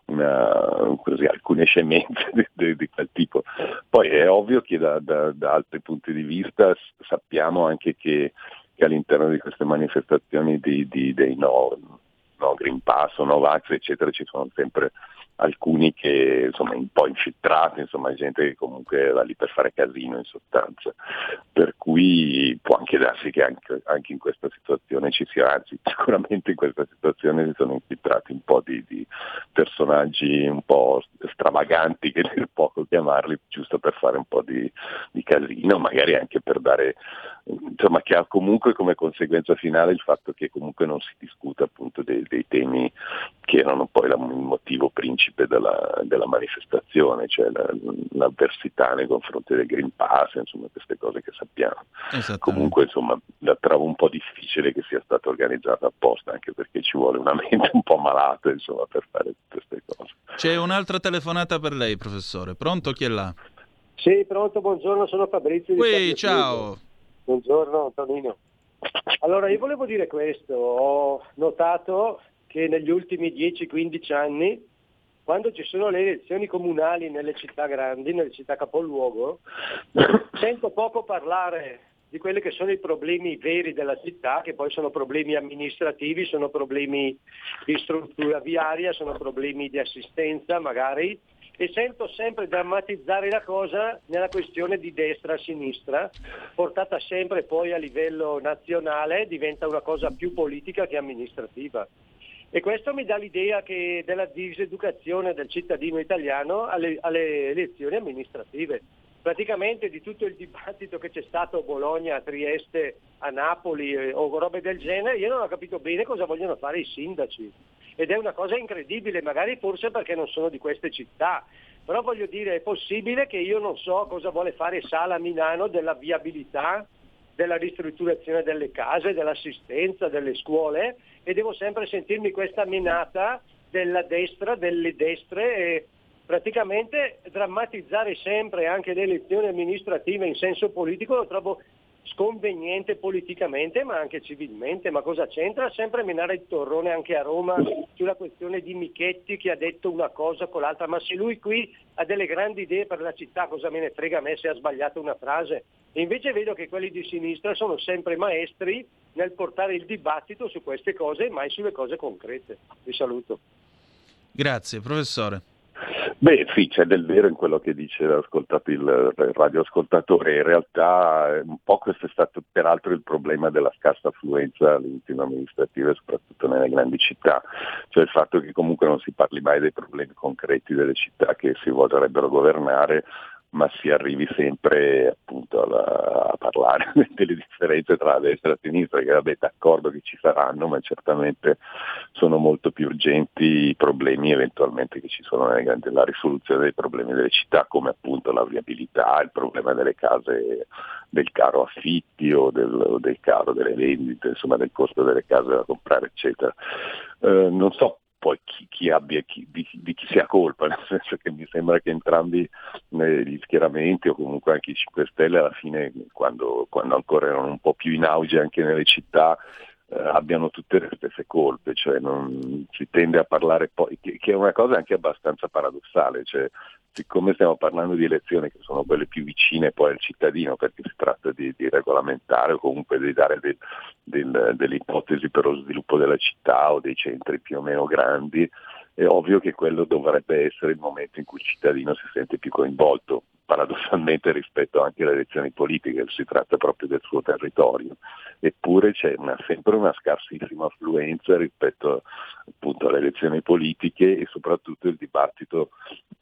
S11: una, così, alcune scemenze di, di, di quel tipo. Poi è ovvio che da, da, da altri punti di vista sappiamo anche che, che all'interno di queste manifestazioni di, di, dei no, no Green Pass o no Vax eccetera ci sono sempre alcuni che insomma un po' infiltrati, insomma gente che comunque va lì per fare casino in sostanza, per cui può anche darsi che anche, anche in questa situazione ci sia, anzi sicuramente in questa situazione si sono infiltrati un po' di, di personaggi un po' stravaganti, che nel poco chiamarli, giusto per fare un po' di, di casino, magari anche per dare, insomma che ha comunque come conseguenza finale il fatto che comunque non si discuta appunto dei, dei temi che erano poi la, il motivo principale Della, della manifestazione, cioè la, l'avversità nei confronti del Green Pass, insomma queste cose che sappiamo. Comunque insomma la trovo un po' difficile che sia stata organizzata apposta, anche perché ci vuole una mente un po' malata insomma per fare tutte queste cose.
S2: C'è un'altra telefonata per lei, professore. Pronto, chi è là?
S13: Sì, pronto, buongiorno, sono Fabrizio di
S2: Ui, ciao.
S13: Buongiorno Antonino. Allora io volevo dire questo, ho notato che negli ultimi dieci quindici anni, quando ci sono le elezioni comunali nelle città grandi, nelle città capoluogo, sento poco parlare di quelli che sono i problemi veri della città, che poi sono problemi amministrativi, sono problemi di struttura viaria, sono problemi di assistenza magari, e sento sempre drammatizzare la cosa nella questione di destra-sinistra, portata sempre poi a livello nazionale, diventa una cosa più politica che amministrativa. E questo mi dà l'idea che della diseducazione del cittadino italiano alle, alle elezioni amministrative. Praticamente di tutto il dibattito che c'è stato a Bologna, a Trieste, a Napoli eh, o robe del genere, io non ho capito bene cosa vogliono fare i sindaci. Ed è una cosa incredibile, magari forse perché non sono di queste città. Però voglio dire, è possibile che io non so cosa vuole fare Sala Milano della viabilità, della ristrutturazione delle case, dell'assistenza, delle scuole, e devo sempre sentirmi questa menata della destra, delle destre, e praticamente drammatizzare sempre anche le elezioni amministrative in senso politico lo trovo sconveniente politicamente ma anche civilmente. Ma cosa c'entra sempre menare il torrone anche a Roma sulla questione di Michetti che ha detto una cosa con l'altra? Ma se lui qui ha delle grandi idee per la città, cosa me ne frega a me se ha sbagliato una frase? E invece vedo che quelli di sinistra sono sempre maestri nel portare il dibattito su queste cose e mai sulle cose concrete. Vi saluto.
S2: Grazie, professore.
S11: Beh sì, c'è del vero in quello che dice l'ascoltato, il radioascoltatore. In realtà un po' questo è stato peraltro il problema della scarsa affluenza alle ultime amministrative, soprattutto nelle grandi città, cioè il fatto che comunque non si parli mai dei problemi concreti delle città che si vorrebbero governare, ma si arrivi sempre appunto alla, a parlare delle differenze tra la destra e la sinistra, che vabbè d'accordo che ci saranno, ma certamente sono molto più urgenti i problemi eventualmente che ci sono nelle grandi, la risoluzione dei problemi delle città, come appunto la viabilità, il problema delle case, del caro affitti o del, o del caro delle vendite, insomma del costo delle case da comprare eccetera. Eh, non so poi chi, chi abbia chi, di, di chi sia colpa, nel senso che mi sembra che entrambi eh, gli schieramenti o comunque anche i cinque Stelle alla fine, quando, quando ancora erano un po' più in auge anche nelle città, eh, abbiano tutte le stesse colpe, cioè non si tende a parlare poi, che, che è una cosa anche abbastanza paradossale, cioè siccome stiamo parlando di elezioni che sono quelle più vicine poi al cittadino, perché si tratta di, di regolamentare o comunque di dare del, del, delle ipotesi per lo sviluppo della città o dei centri più o meno grandi, è ovvio che quello dovrebbe essere il momento in cui il cittadino si sente più coinvolto, paradossalmente rispetto anche alle elezioni politiche, si tratta proprio del suo territorio. Eppure c'è una, sempre una scarsissima affluenza rispetto appunto alle elezioni politiche e soprattutto il dibattito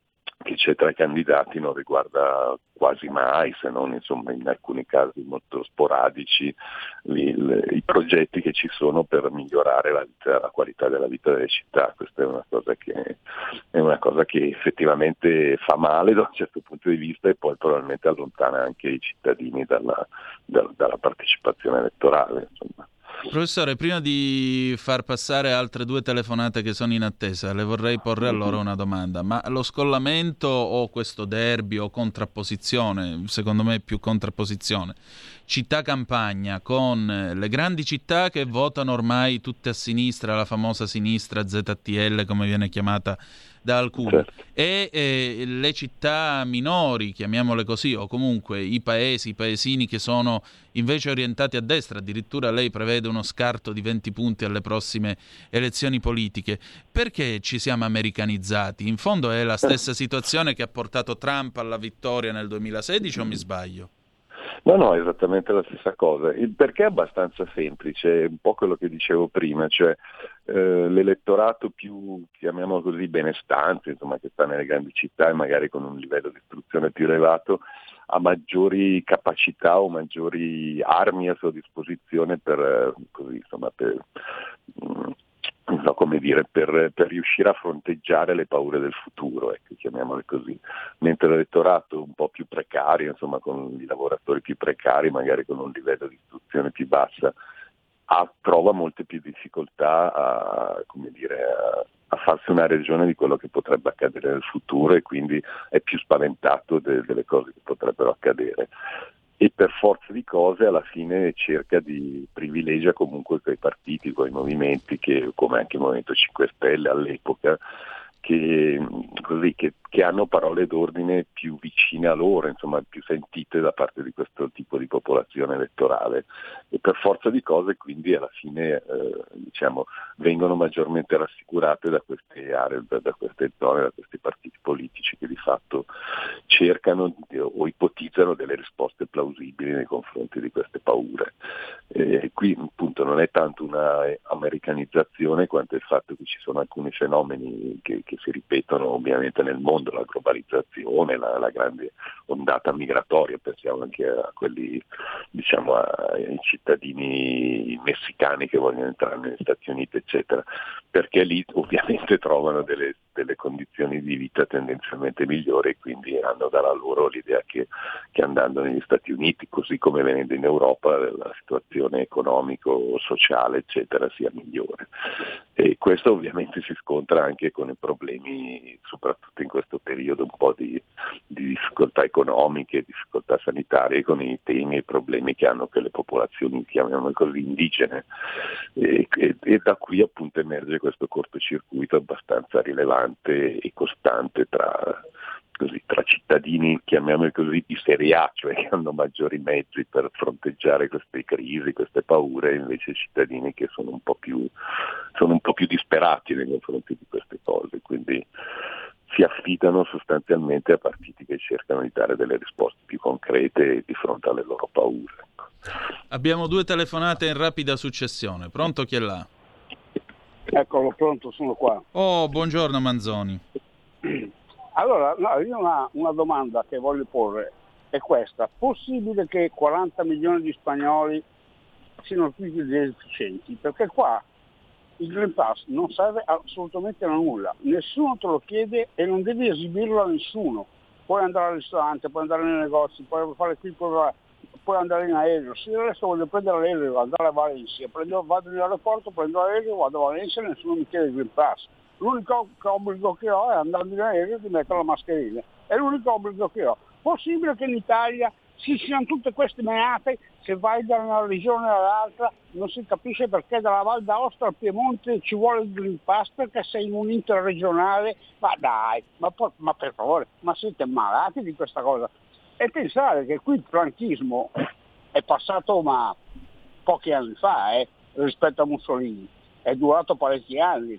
S11: che c'è tra i candidati non riguarda quasi mai, se non insomma in alcuni casi molto sporadici, li, le, i progetti che ci sono per migliorare la, vita, la qualità della vita delle città. Questa è una cosa che è una cosa che effettivamente fa male da un certo punto di vista e poi probabilmente allontana anche i cittadini dalla, dalla, dalla partecipazione elettorale, insomma.
S2: Professore, prima di far passare altre due telefonate che sono in attesa, le vorrei porre a loro una domanda. Ma lo scollamento o questo derby o contrapposizione, secondo me più contrapposizione, città-campagna con le grandi città che votano ormai tutte a sinistra, la famosa sinistra Z T L come viene chiamata da alcuni, certo. e eh, le città minori, chiamiamole così, o comunque i paesi, i paesini che sono invece orientati a destra, addirittura lei prevede uno scarto di venti punti alle prossime elezioni politiche. Perché ci siamo americanizzati? In fondo è la stessa situazione che ha portato Trump alla vittoria nel duemilasedici, o mi sbaglio?
S11: No, no, è esattamente la stessa cosa. Il perché è abbastanza semplice, è un po' quello che dicevo prima, cioè eh, l'elettorato più, chiamiamolo così, benestante, insomma, che sta nelle grandi città e magari con un livello di istruzione più elevato, ha maggiori capacità o maggiori armi a sua disposizione per, così, insomma, per, non so come dire, per, per riuscire a fronteggiare le paure del futuro, ecco, chiamiamole così. Mentre l'elettorato un po' più precario, insomma, con i lavoratori più precari, magari con un livello di istruzione più bassa, ha, trova molte più difficoltà a, come dire, a, a farsi una ragione di quello che potrebbe accadere nel futuro e quindi è più spaventato de, delle cose che potrebbero accadere. E per forza di cose alla fine cerca di privilegia comunque quei partiti, quei movimenti che, come anche il Movimento cinque Stelle all'epoca, che, così, che, che hanno parole d'ordine più vicine a loro, insomma più sentite da parte di questo tipo di popolazione elettorale, e per forza di cose quindi alla fine eh, diciamo vengono maggiormente rassicurate da queste aree, da, da queste zone, da questi partiti politici che di fatto cercano o ipotizzano delle risposte plausibili nei confronti di queste paure. E qui appunto non è tanto una americanizzazione quanto il fatto che ci sono alcuni fenomeni che, che si ripetono ovviamente nel mondo, la globalizzazione, la, la grande ondata migratoria, pensiamo anche a quelli, diciamo, ai cittadini messicani che vogliono entrare negli Stati Uniti, eccetera, perché lì ovviamente trovano delle, delle condizioni di vita tendenzialmente migliori e quindi hanno dalla loro l'idea che, che andando negli Stati Uniti, così come venendo in Europa, la situazione economico-sociale, eccetera, sia migliore. E questo ovviamente si scontra anche con i problemi, soprattutto in questo periodo, un po' di, di difficoltà economiche, difficoltà sanitarie, con i temi e i problemi che hanno quelle popolazioni, chiamiamole così, indigene. E, e, e da qui appunto emerge questo cortocircuito abbastanza rilevante e costante tra, così, tra cittadini, chiamiamoli così, di serie A, cioè che hanno maggiori mezzi per fronteggiare queste crisi, queste paure, e invece cittadini che sono un po' più sono un po' più disperati nei confronti di queste cose, quindi si affidano sostanzialmente a partiti che cercano di dare delle risposte più concrete di fronte alle loro paure.
S2: Abbiamo due telefonate in rapida successione. Pronto, chi è là?
S14: Eccolo, pronto, sono qua.
S2: Oh, buongiorno Manzoni.
S14: Allora, no, io una, una domanda che voglio porre è questa: possibile che quaranta milioni di spagnoli siano tutti deficienti? Perché qua il Green Pass non serve assolutamente a nulla, nessuno te lo chiede e non devi esibirlo a nessuno. Puoi andare al ristorante, puoi andare nei negozi, puoi fare qui, puoi, puoi andare in aereo. Se adesso voglio prendere l'aereo, andare a Valencia, prendo, vado in aeroporto, prendo l'aereo, vado a Valencia e nessuno mi chiede il Green Pass. L'unico obbligo che ho è andando in aereo di mettere la mascherina. È l'unico obbligo che ho. Possibile che in Italia ci siano tutte queste meate, se vai da una regione all'altra non si capisce perché dalla Val d'Aosta al Piemonte ci vuole il Green Pass perché sei in un interregionale? Ma dai, ma, ma per favore, ma siete malati di questa cosa? E pensare che qui il franchismo è passato ma pochi anni fa eh, rispetto a Mussolini, è durato parecchi anni.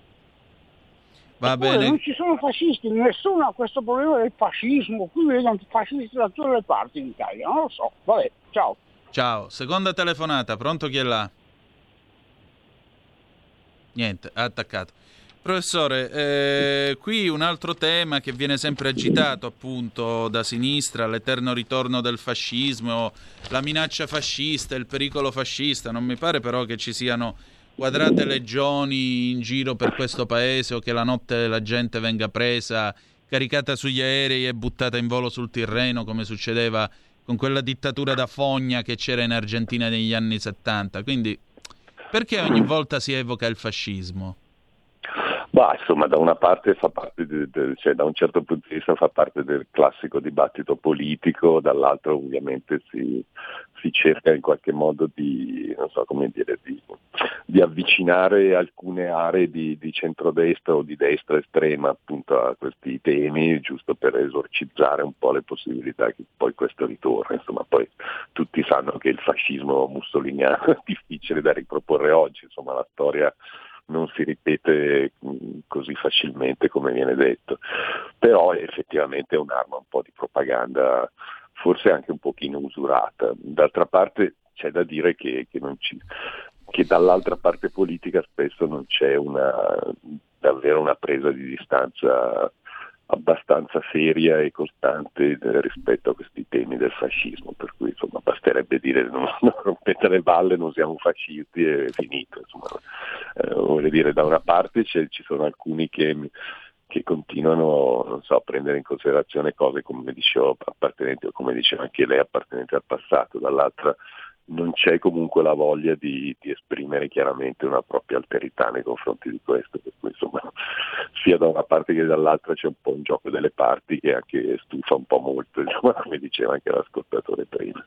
S2: Va
S14: Eppure
S2: bene.
S14: Non ci sono fascisti, nessuno ha questo problema del fascismo, qui vedono fascisti da tutte le parti in Italia, non lo so, vabbè, ciao.
S2: Ciao, seconda telefonata, pronto, chi è là? Niente, ha attaccato. Professore, eh, qui un altro tema che viene sempre agitato appunto da sinistra, l'eterno ritorno del fascismo, la minaccia fascista, il pericolo fascista. Non mi pare però che ci siano quadrate legioni in giro per questo paese o che la notte la gente venga presa, caricata sugli aerei e buttata in volo sul Tirreno come succedeva con quella dittatura da fogna che c'era in Argentina negli anni settanta. Quindi perché ogni volta si evoca il fascismo?
S11: Bah, insomma, da una parte fa parte, de, de, cioè da un certo punto di vista fa parte del classico dibattito politico, dall'altro ovviamente si, si cerca in qualche modo di, non so come dire, di, di avvicinare alcune aree di, di centrodestra o di destra estrema appunto a questi temi, giusto per esorcizzare un po' le possibilità che poi questo ritorni. Insomma, poi tutti sanno che il fascismo mussoliniano è difficile da riproporre oggi, insomma la storia non si ripete così facilmente come viene detto, però effettivamente è un'arma un po' di propaganda, forse anche un pochino usurata. D'altra parte c'è da dire che, che, non ci, che dall'altra parte politica spesso non c'è una, davvero una presa di distanza abbastanza seria e costante rispetto a questi temi del fascismo, per cui insomma basterebbe dire non, non rompete le balle, non siamo fascisti e finito. Insomma, eh, voglio dire, da una parte c'è, ci sono alcuni che, che continuano, non so, a prendere in considerazione cose come dicevo appartenenti, o come diceva anche lei, appartenenti al passato, dall'altra non c'è comunque la voglia di, di esprimere chiaramente una propria alterità nei confronti di questo, per cui insomma sia da una parte che dall'altra c'è un po' un gioco delle parti che anche stufa un po' molto, insomma, come diceva anche l'ascoltatore prima.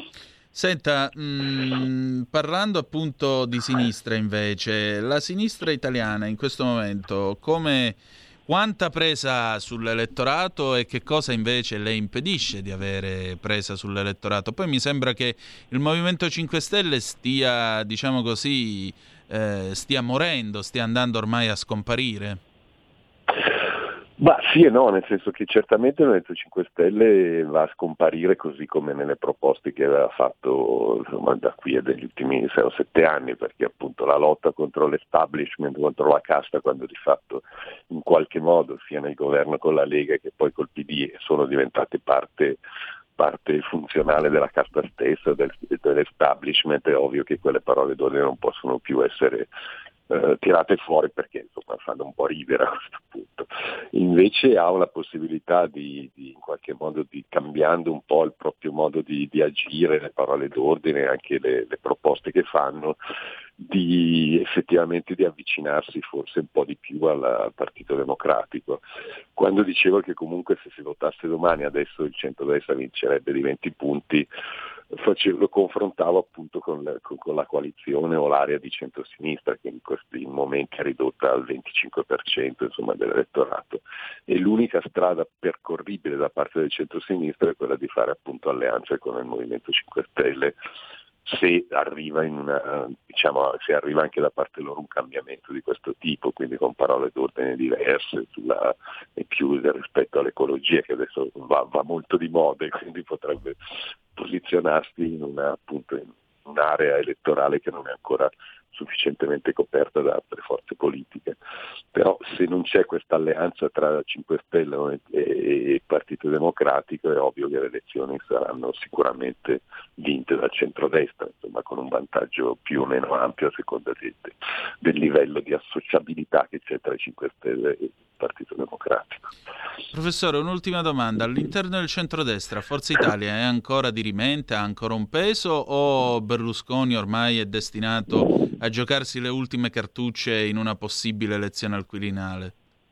S2: Senta, mh, parlando appunto di sinistra invece, la sinistra italiana in questo momento come... quanta presa ha sull'elettorato e che cosa invece le impedisce di avere presa sull'elettorato? Poi mi sembra che il Movimento cinque Stelle stia, diciamo così, eh, stia morendo, stia andando ormai a scomparire.
S11: Ma sì e no, nel senso che certamente il Movimento cinque Stelle va a scomparire così come nelle proposte che aveva fatto insomma, da qui a degli ultimi sei o sette anni, perché appunto la lotta contro l'establishment, contro la casta, quando di fatto in qualche modo sia nel governo con la Lega che poi col P D sono diventate parte parte funzionale della casta stessa, del, dell'establishment, è ovvio che quelle parole d'ordine non possono più essere eh, tirate fuori perché insomma fanno un po' ridere a questo punto. Invece ha una possibilità di, di in qualche modo di cambiando un po' il proprio modo di, di agire, le parole d'ordine e anche le, le proposte che fanno, di effettivamente di avvicinarsi forse un po' di più al, al Partito Democratico. Quando dicevo che comunque se si votasse domani adesso il centrodestra vincerebbe di venti punti, facevo, lo confrontavo appunto con la, con, con la coalizione o l'area di centrosinistra che in questi momenti è ridotta al venticinque per cento insomma, dell'elettorato, e l'unica strada percorribile da parte del centrosinistra è quella di fare appunto alleanze con il Movimento cinque Stelle, se arriva in una, diciamo, se arriva anche da parte loro un cambiamento di questo tipo, quindi con parole d'ordine diverse sulla, e più rispetto all'ecologia che adesso va, va molto di moda e quindi potrebbe posizionarsi in una, appunto, in un'area elettorale che non è ancora sufficientemente coperta da altre forze politiche. Però se non c'è questa alleanza tra cinque Stelle e, e Partito Democratico è ovvio che le elezioni saranno sicuramente vinte dal centrodestra, insomma con un vantaggio più o meno ampio a seconda de, de, del livello di associabilità che c'è tra i cinque Stelle e il Partito Democratico.
S2: Professore, un'ultima domanda. All'interno del centrodestra Forza Italia è ancora dirimente, ha ancora un peso o Berlusconi ormai è destinato a giocarsi le ultime cartucce in una possibile elezione al Quirinale?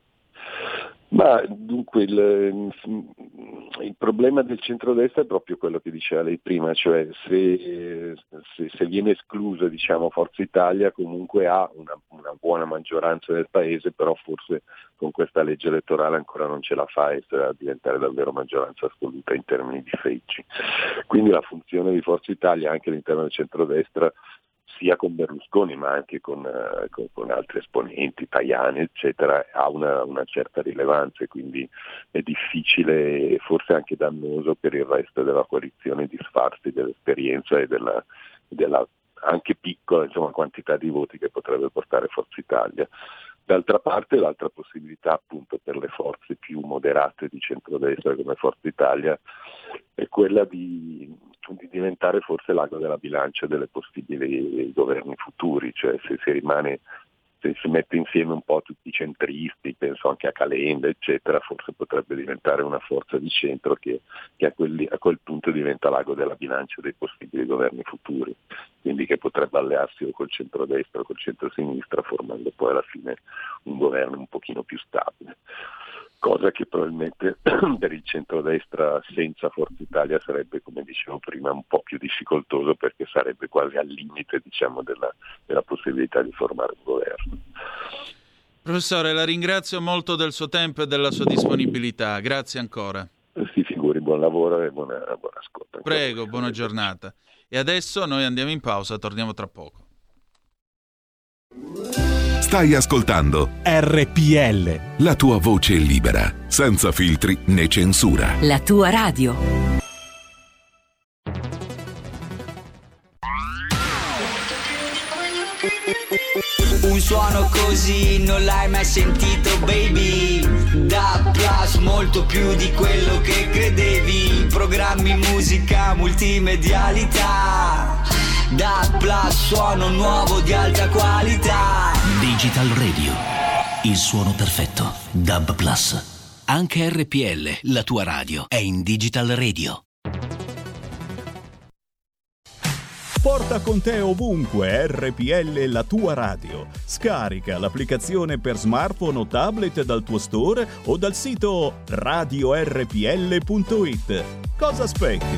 S11: Ma dunque il, il problema del centrodestra è proprio quello che diceva lei prima, cioè se, se, se viene esclusa diciamo, Forza Italia comunque ha una, una buona maggioranza del paese, però forse con questa legge elettorale ancora non ce la fa a diventare davvero maggioranza assoluta in termini di seggi. Quindi la funzione di Forza Italia anche all'interno del centrodestra, sia con Berlusconi ma anche con, uh, con, con altri esponenti, Tajani eccetera, ha una, una certa rilevanza e quindi è difficile e forse anche dannoso per il resto della coalizione disfarsi dell'esperienza e della, della anche piccola insomma, quantità di voti che potrebbe portare Forza Italia. D'altra parte l'altra possibilità appunto per le forze più moderate di centrodestra come Forza Italia è quella di, di diventare forse l'ago della bilancia delle possibili governi futuri, cioè se si rimane, se si mette insieme un po' tutti i centristi, penso anche a Calenda eccetera, forse potrebbe diventare una forza di centro che, che a, quelli, a quel punto diventa l'ago della bilancia dei possibili governi futuri, quindi che potrebbe allearsi o col centrodestra o col centrosinistra formando poi alla fine un governo un pochino più stabile, cosa che probabilmente per il centrodestra senza Forza Italia sarebbe, come dicevo prima, un po' più difficoltoso perché sarebbe quasi al limite, diciamo, della, della possibilità di formare un governo.
S2: Professore, la ringrazio molto del suo tempo e della sua disponibilità, grazie ancora.
S11: Si figuri, buon lavoro e buona, buon ascolto.
S2: Prego, buona giornata. E adesso noi andiamo in pausa, torniamo tra poco.
S10: Stai ascoltando
S1: R P L,
S10: la tua voce libera, senza filtri né censura.
S15: La tua radio.
S16: Un suono così non l'hai mai sentito, baby. Da Plus, molto più di quello che credevi. Programmi, musica, multimedialità. Da Plus, suono nuovo di alta qualità.
S17: Digital Radio, il suono perfetto. Dub Plus. Anche R P L, la tua radio, è in Digital Radio.
S18: Porta con te ovunque R P L, la tua radio. Scarica l'applicazione per smartphone o tablet dal tuo store o dal sito radio erre pi elle punto it. Cosa aspetti?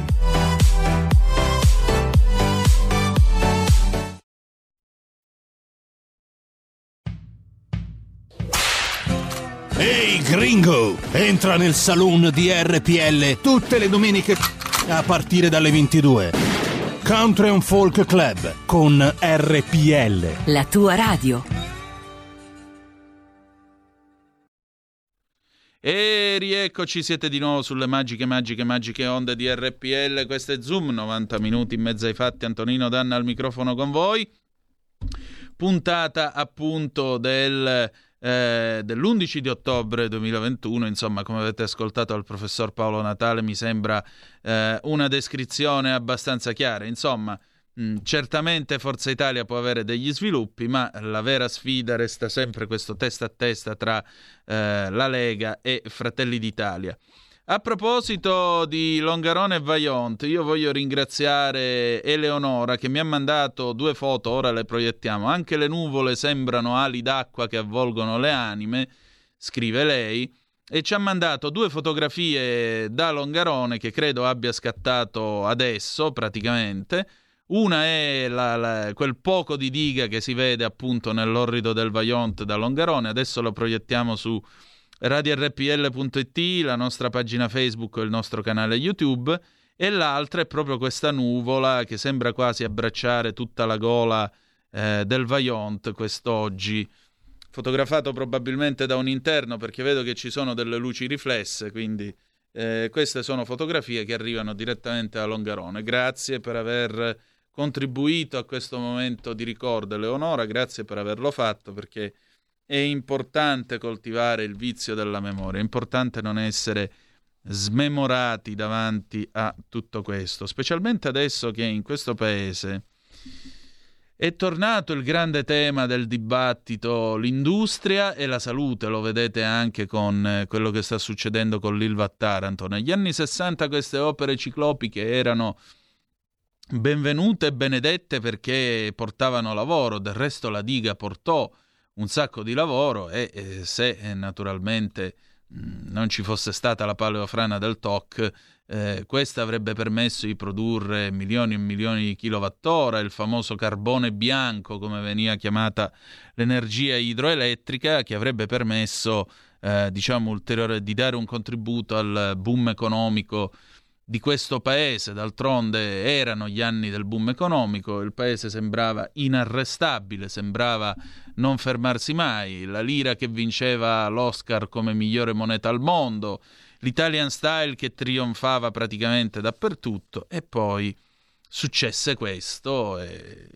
S19: Ehi gringo, entra nel saloon di R P L tutte le domeniche a partire dalle ventidue. Country and Folk Club con R P L,
S15: la tua radio.
S2: E rieccoci, siete di nuovo sulle magiche, magiche, magiche onde di R P L. Questo è Zoom, novanta minuti in mezzo ai fatti. Antonino Danna al microfono con voi. Puntata appunto del... Eh, dell'undici di ottobre duemilaventuno, insomma, come avete ascoltato dal professor Paolo Natale, mi sembra eh, una descrizione abbastanza chiara. Insomma, mh, certamente Forza Italia può avere degli sviluppi, ma la vera sfida resta sempre questo testa a testa tra eh, la Lega e Fratelli d'Italia. A proposito di Longarone e Vajont, io voglio ringraziare Eleonora che mi ha mandato due foto, ora le proiettiamo. Anche le nuvole sembrano ali d'acqua che avvolgono le anime, scrive lei, e ci ha mandato due fotografie da Longarone che credo abbia scattato adesso praticamente. Una è la, la, quel poco di diga che si vede appunto nell'orrido del Vajont da Longarone, adesso lo proiettiamo su radio erre pi elle punto it, la nostra pagina Facebook e il nostro canale YouTube, e l'altra è proprio questa nuvola che sembra quasi abbracciare tutta la gola eh, del Vajont quest'oggi, fotografato probabilmente da un interno perché vedo che ci sono delle luci riflesse, quindi eh, queste sono fotografie che arrivano direttamente da Longarone. Grazie per aver contribuito a questo momento di ricordo, Eleonora, grazie per averlo fatto, perché è importante coltivare il vizio della memoria, è importante non essere smemorati davanti a tutto questo, specialmente adesso che in questo paese è tornato il grande tema del dibattito, l'industria e la salute. Lo vedete anche con quello che sta succedendo con l'Ilva a Taranto. Negli anni sessanta queste opere ciclopiche erano benvenute e benedette perché portavano lavoro, del resto la diga portò un sacco di lavoro e eh, se eh, naturalmente mh, non ci fosse stata la paleofrana del T O C, eh, questa avrebbe permesso di produrre milioni e milioni di kilowattora, il famoso carbone bianco, come veniva chiamata l'energia idroelettrica, che avrebbe permesso eh, diciamo ulteriore di dare un contributo al boom economico di questo paese. D'altronde erano gli anni del boom economico, il paese sembrava inarrestabile, sembrava non fermarsi mai, la lira che vinceva l'Oscar come migliore moneta al mondo, l'Italian Style che trionfava praticamente dappertutto, e poi successe questo e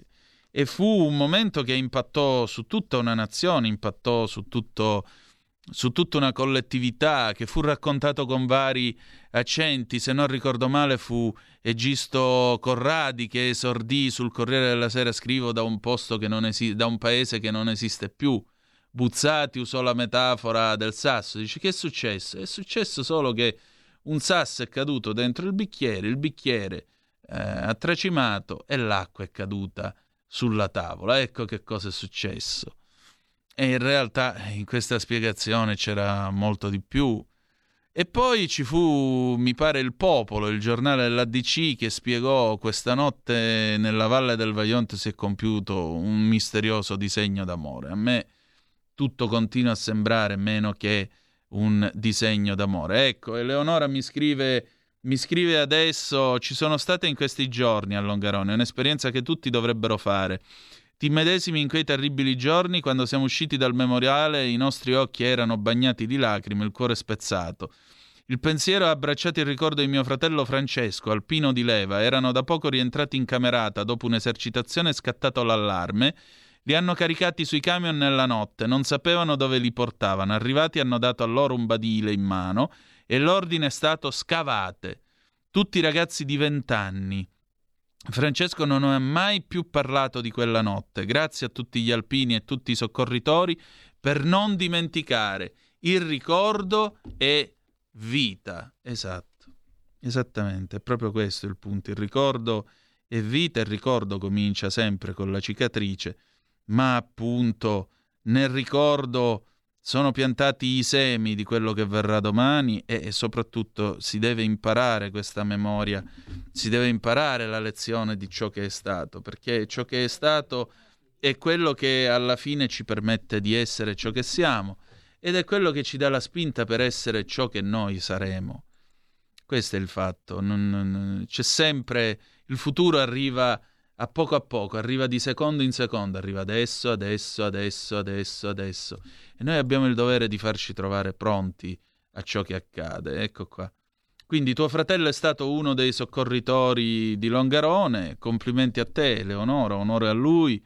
S2: e fu un momento che impattò su tutta una nazione, impattò su tutto su tutta una collettività, che fu raccontato con vari accenti. Se non ricordo male fu Egisto Corradi che esordì sul Corriere della Sera: scrivo da un posto che non esi- da un paese che non esiste più. Buzzati usò la metafora del sasso, dice: che è successo? È successo solo che un sasso è caduto dentro il bicchiere, il bicchiere eh, ha tracimato e l'acqua è caduta sulla tavola. Ecco che cosa è successo. E in realtà in questa spiegazione c'era molto di più. E poi ci fu, mi pare, Il Popolo, il giornale dell'A D C, che spiegò: questa notte nella Valle del Vajont si è compiuto un misterioso disegno d'amore. A me tutto continua a sembrare meno che un disegno d'amore. Ecco, Eleonora mi scrive, mi scrive adesso: ci sono state in questi giorni a Longarone, un'esperienza che tutti dovrebbero fare. Ti medesimi in quei terribili giorni, quando siamo usciti dal memoriale, i nostri occhi erano bagnati di lacrime, il cuore spezzato. Il pensiero ha abbracciato il ricordo di mio fratello Francesco, alpino di leva. Erano da poco rientrati in camerata, dopo un'esercitazione è scattato l'allarme. Li hanno caricati sui camion nella notte, non sapevano dove li portavano. Arrivati hanno dato a loro un badile in mano e l'ordine è stato: scavate. Tutti ragazzi di vent'anni. Francesco non ha mai più parlato di quella notte. Grazie a tutti gli alpini e tutti i soccorritori per non dimenticare. Il ricordo è vita. Esatto, esattamente, è proprio questo il punto. Il ricordo è vita, il ricordo comincia sempre con la cicatrice, ma appunto nel ricordo sono piantati i semi di quello che verrà domani e, e soprattutto si deve imparare questa memoria, si deve imparare la lezione di ciò che è stato, perché ciò che è stato è quello che alla fine ci permette di essere ciò che siamo ed è quello che ci dà la spinta per essere ciò che noi saremo. Questo è il fatto. Non, non, c'è sempre, il futuro arriva a poco a poco, arriva di secondo in secondo, arriva adesso, adesso, adesso, adesso, adesso. E noi abbiamo il dovere di farci trovare pronti a ciò che accade. Ecco qua. Quindi tuo fratello è stato uno dei soccorritori di Longarone, complimenti a te, Leonora, onore a lui.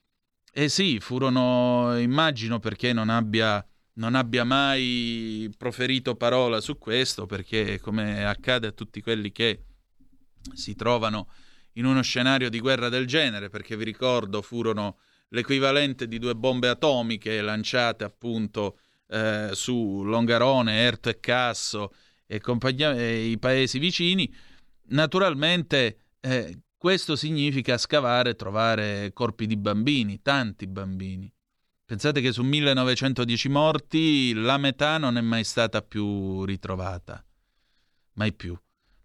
S2: E sì, furono, immagino perché non abbia, non abbia mai proferito parola su questo, perché come accade a tutti quelli che si trovano in uno scenario di guerra del genere, perché vi ricordo furono l'equivalente di due bombe atomiche lanciate appunto eh, su Longarone, Erto e Casso e, compagnia- e i paesi vicini. Naturalmente eh, questo significa scavare e trovare corpi di bambini, tanti bambini. Pensate che su millenovecentodieci morti la metà non è mai stata più ritrovata, mai più.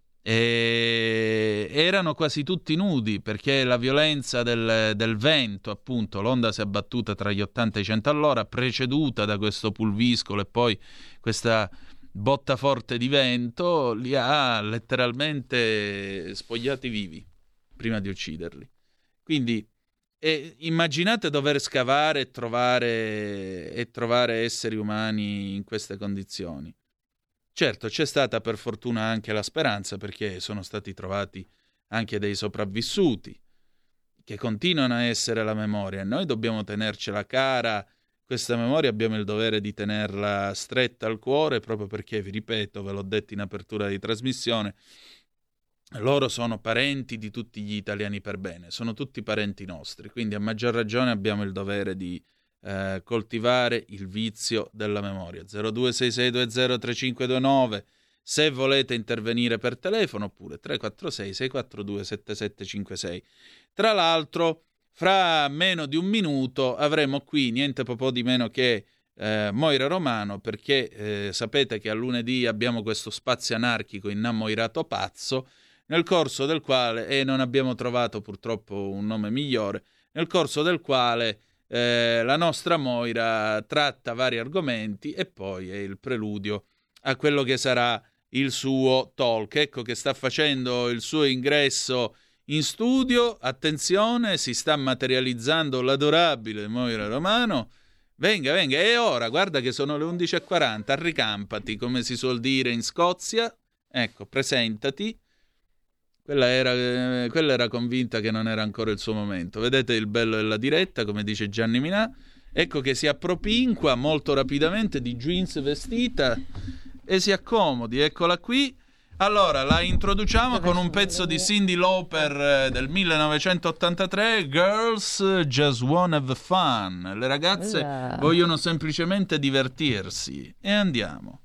S2: E erano quasi tutti nudi, perché la violenza del, del vento, appunto, l'onda si è abbattuta tra gli ottanta e i cento all'ora, preceduta da questo pulviscolo e poi questa botta forte di vento, li ha letteralmente spogliati vivi prima di ucciderli. Quindi eh, immaginate dover scavare e trovare, e trovare esseri umani in queste condizioni. Certo, c'è stata per fortuna anche la speranza, perché sono stati trovati anche dei sopravvissuti, che continuano a essere la memoria, e noi dobbiamo tenercela cara. Questa memoria abbiamo il dovere di tenerla stretta al cuore, proprio perché, vi ripeto, ve l'ho detto in apertura di trasmissione, loro sono parenti di tutti gli italiani per bene, sono tutti parenti nostri, quindi a maggior ragione abbiamo il dovere di Eh, coltivare il vizio della memoria. zero due sei sei due zero tre cinque due nove se volete intervenire per telefono, oppure tre quattro sei sei quattro due sette sette cinque sei. Tra l'altro, fra meno di un minuto avremo qui niente po' di meno che eh, Moira Romano, perché eh, sapete che a lunedì abbiamo questo spazio anarchico innamoirato pazzo, nel corso del quale, e non abbiamo trovato purtroppo un nome migliore, nel corso del quale Eh, la nostra Moira tratta vari argomenti e poi è il preludio a quello che sarà il suo talk. Ecco che sta facendo il suo ingresso in studio. Attenzione, si sta materializzando l'adorabile Moira Romano. Venga, venga, è ora, guarda che sono le undici e quaranta, arricampati, come si suol dire in Scozia. Ecco, presentati. Quella era, eh, quella era convinta che non era ancora il suo momento. Vedete il bello della diretta, come dice Gianni Minà. Ecco che si appropinqua molto rapidamente di jeans vestita e si accomodi. Eccola qui. Allora, la introduciamo con un pezzo di Cyndi Lauper del millenovecentottantatré, Girls Just Wanna Have Fun. Le ragazze
S15: Uah.
S2: vogliono semplicemente divertirsi. E andiamo.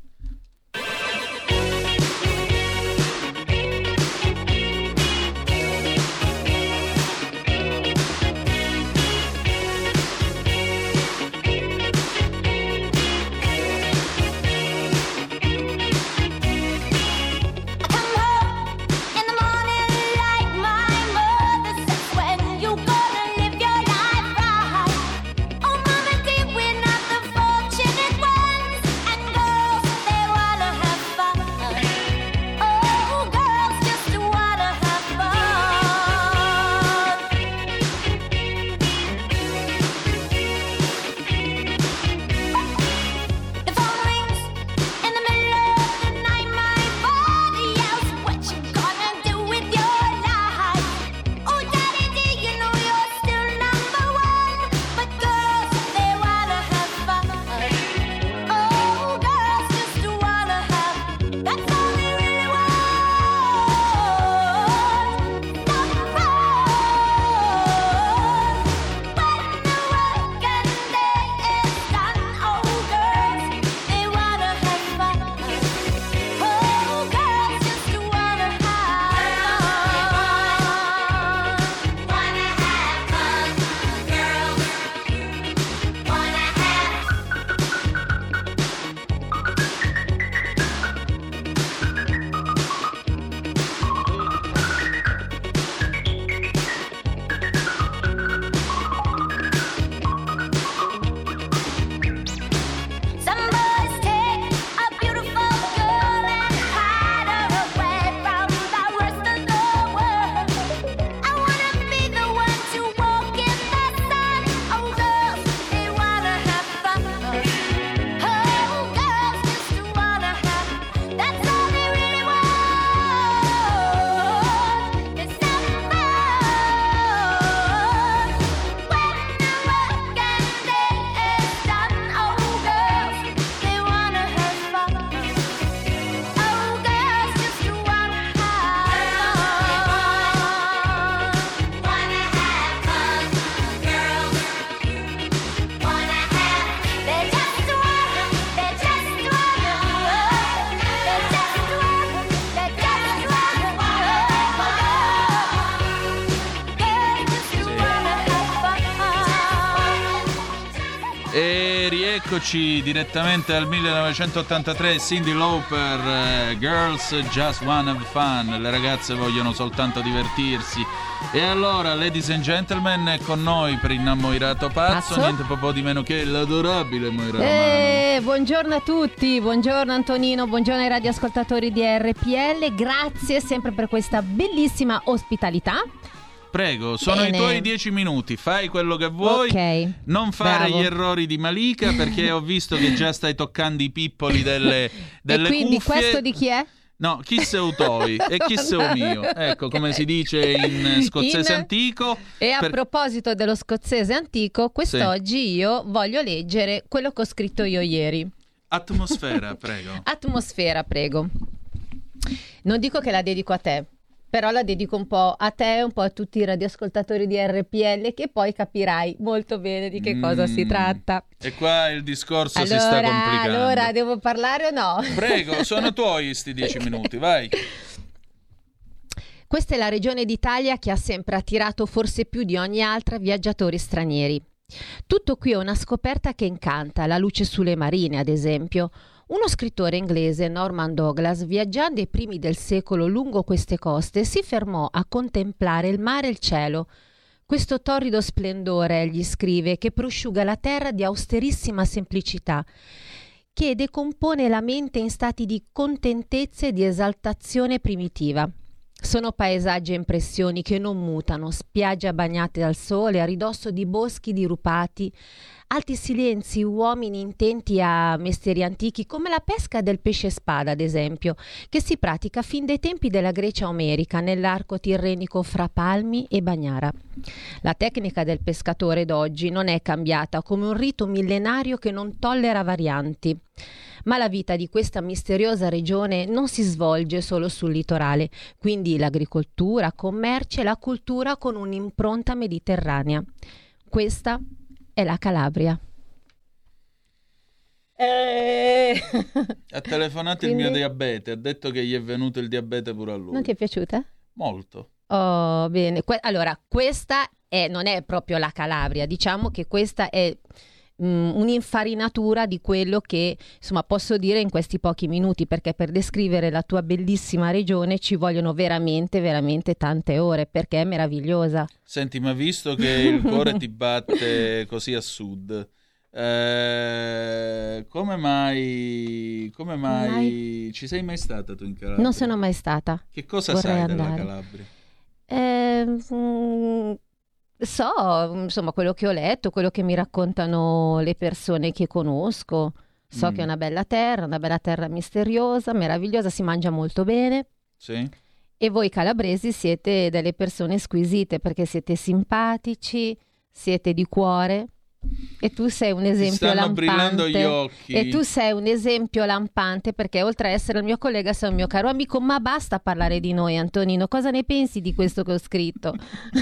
S2: E rieccoci direttamente al millenovecentottantatré, Cyndi Lauper, eh, Girls Just Wanna Have Fun, le ragazze vogliono soltanto divertirsi. E allora, ladies and gentlemen, è con noi per innamorato pazzo,
S15: Pazzo?
S2: niente po' di meno che l'adorabile Moira Romano.
S15: Eh, buongiorno a tutti, buongiorno Antonino, buongiorno ai radioascoltatori di R P L, grazie sempre per questa bellissima ospitalità.
S2: Prego, sono
S15: Bene.
S2: i tuoi dieci minuti, fai quello che vuoi,
S15: Ok,
S2: non fare
S15: bravo.
S2: gli errori di Malika perché ho visto che già stai toccando i pippoli delle, delle
S15: e quindi
S2: cuffie.
S15: questo di chi è?
S2: No, chi sei utoi e chi sei mio, ecco come si dice in scozzese
S15: In-
S2: antico.
S15: E a
S2: per-
S15: proposito dello scozzese antico, quest'oggi io voglio leggere quello che ho scritto io ieri.
S2: Atmosfera, prego.
S15: Atmosfera, prego. Non dico che la dedico a te, però la dedico un po' a te, un po' a tutti i radioascoltatori di R P L, che poi capirai molto bene di che cosa si
S2: Mm.
S15: tratta.
S2: E qua il discorso
S15: Allora,
S2: si sta complicando.
S15: allora, devo parlare o no?
S2: Prego, sono tuoi sti dieci minuti, vai.
S15: Questa è la regione d'Italia che ha sempre attirato forse più di ogni altra viaggiatori stranieri. Tutto qui è una scoperta che incanta, la luce sulle marine, ad esempio. Uno scrittore inglese, Norman Douglas, viaggiando ai primi del secolo lungo queste coste, si fermò a contemplare il mare e il cielo. Questo torrido splendore, egli scrive, che prosciuga la terra di austerissima semplicità, che decompone la mente in stati di contentezza e di esaltazione primitiva. Sono paesaggi e impressioni che non mutano, spiagge bagnate dal sole a ridosso di boschi dirupati, alti silenzi, uomini intenti a mestieri antichi come la pesca del pesce spada, ad esempio, che si pratica fin dai tempi della Grecia omerica nell'arco tirrenico fra Palmi e Bagnara. La tecnica del pescatore d'oggi non è cambiata, come un rito millenario che non tollera varianti. Ma la vita di questa misteriosa regione non si svolge solo sul litorale, quindi l'agricoltura, commercio e la cultura con un'impronta mediterranea. Questa è la Calabria. Eh...
S2: Ha telefonato Quindi... il mio diabete, ha detto che gli è venuto il diabete pure a lui.
S15: Non ti è piaciuta?
S2: Molto.
S15: Oh, bene. Que- allora, questa è, non è proprio la Calabria, diciamo che questa è un'infarinatura di quello che insomma posso dire in questi pochi minuti, perché per descrivere la tua bellissima regione ci vogliono veramente veramente tante ore, perché è meravigliosa.
S2: Senti, ma visto che il cuore ti batte così a sud, eh, come mai come mai, mai ci sei mai stata tu in Calabria?
S15: Non sono mai stata.
S2: Che cosa
S15: Vorrei
S2: sai
S15: andare.
S2: della Calabria?
S15: Eh, mm, So, insomma, quello che ho letto, quello che mi raccontano le persone che conosco. So mm. che è una bella terra, una bella terra misteriosa, meravigliosa, si mangia molto bene.
S2: Sì.
S15: E voi calabresi siete delle persone squisite perché siete simpatici, siete di cuore. E tu sei un esempio
S2: stanno
S15: lampante.
S2: brillando gli occhi.
S15: E tu sei un esempio lampante perché oltre a essere il mio collega sei un mio caro amico. Ma basta parlare di noi, Antonino. Cosa ne pensi di questo che ho scritto?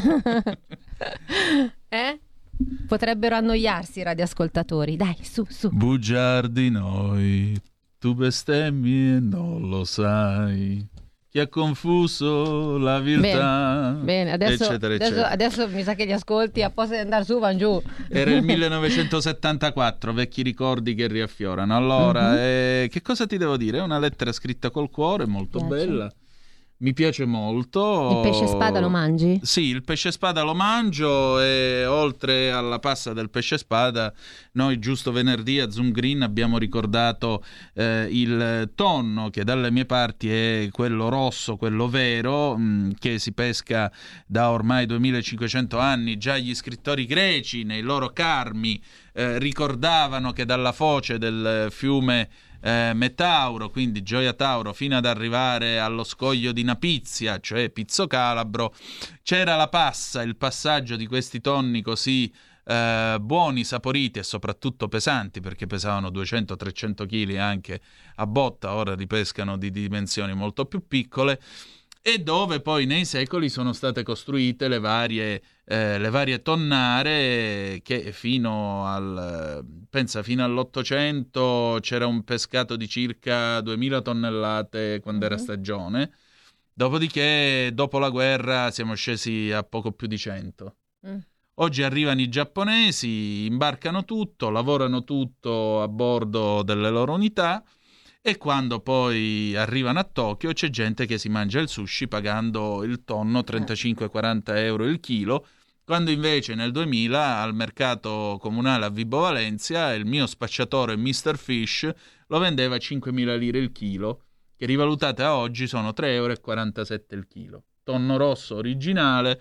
S15: eh? Potrebbero annoiarsi i radioascoltatori. Dai, su, su.
S2: Bugiardi noi, tu bestemmi e non lo sai. Chi ha confuso la virtà,
S15: bene, bene. Adesso,
S2: eccetera,
S15: adesso,
S2: eccetera.
S15: adesso mi sa che gli ascolti a posto di andare su van giù.
S2: Era il millenovecentosettantaquattro, vecchi ricordi che riaffiorano. Allora, mm-hmm. eh, che cosa ti devo dire? È una lettera scritta col cuore, molto
S15: piace.
S2: bella. Mi piace molto.
S15: Il pesce spada lo mangi?
S2: Sì, il pesce spada lo mangio e oltre alla pasta del pesce spada noi giusto venerdì a Zoom Green abbiamo ricordato eh, il tonno, che dalle mie parti è quello rosso, quello vero, mh, che si pesca da ormai duemilacinquecento anni. Già gli scrittori greci nei loro carmi eh, ricordavano che dalla foce del fiume Eh, Metauro, quindi Gioia Tauro, fino ad arrivare allo scoglio di Napizia, cioè Pizzo Calabro, c'era la passa, il passaggio di questi tonni così eh, buoni, saporiti e soprattutto pesanti, perché pesavano duecento trecento chili anche a botta, ora ripescano di dimensioni molto più piccole, e dove poi nei secoli sono state costruite le varie, eh, le varie tonnare che fino al pensa fino all'Ottocento c'era un pescato di circa duemila tonnellate quando era stagione, dopodiché dopo la guerra siamo scesi a poco più di cento. Mm. Oggi arrivano i giapponesi, imbarcano tutto, lavorano tutto a bordo delle loro unità, e quando poi arrivano a Tokyo c'è gente che si mangia il sushi pagando il tonno trentacinque quaranta euro il chilo, quando invece nel duemila al mercato comunale a Vibo Valentia il mio spacciatore mister Fish lo vendeva a cinquemila lire il chilo, che rivalutate a oggi sono tre euro e quarantasette il chilo. Tonno rosso originale,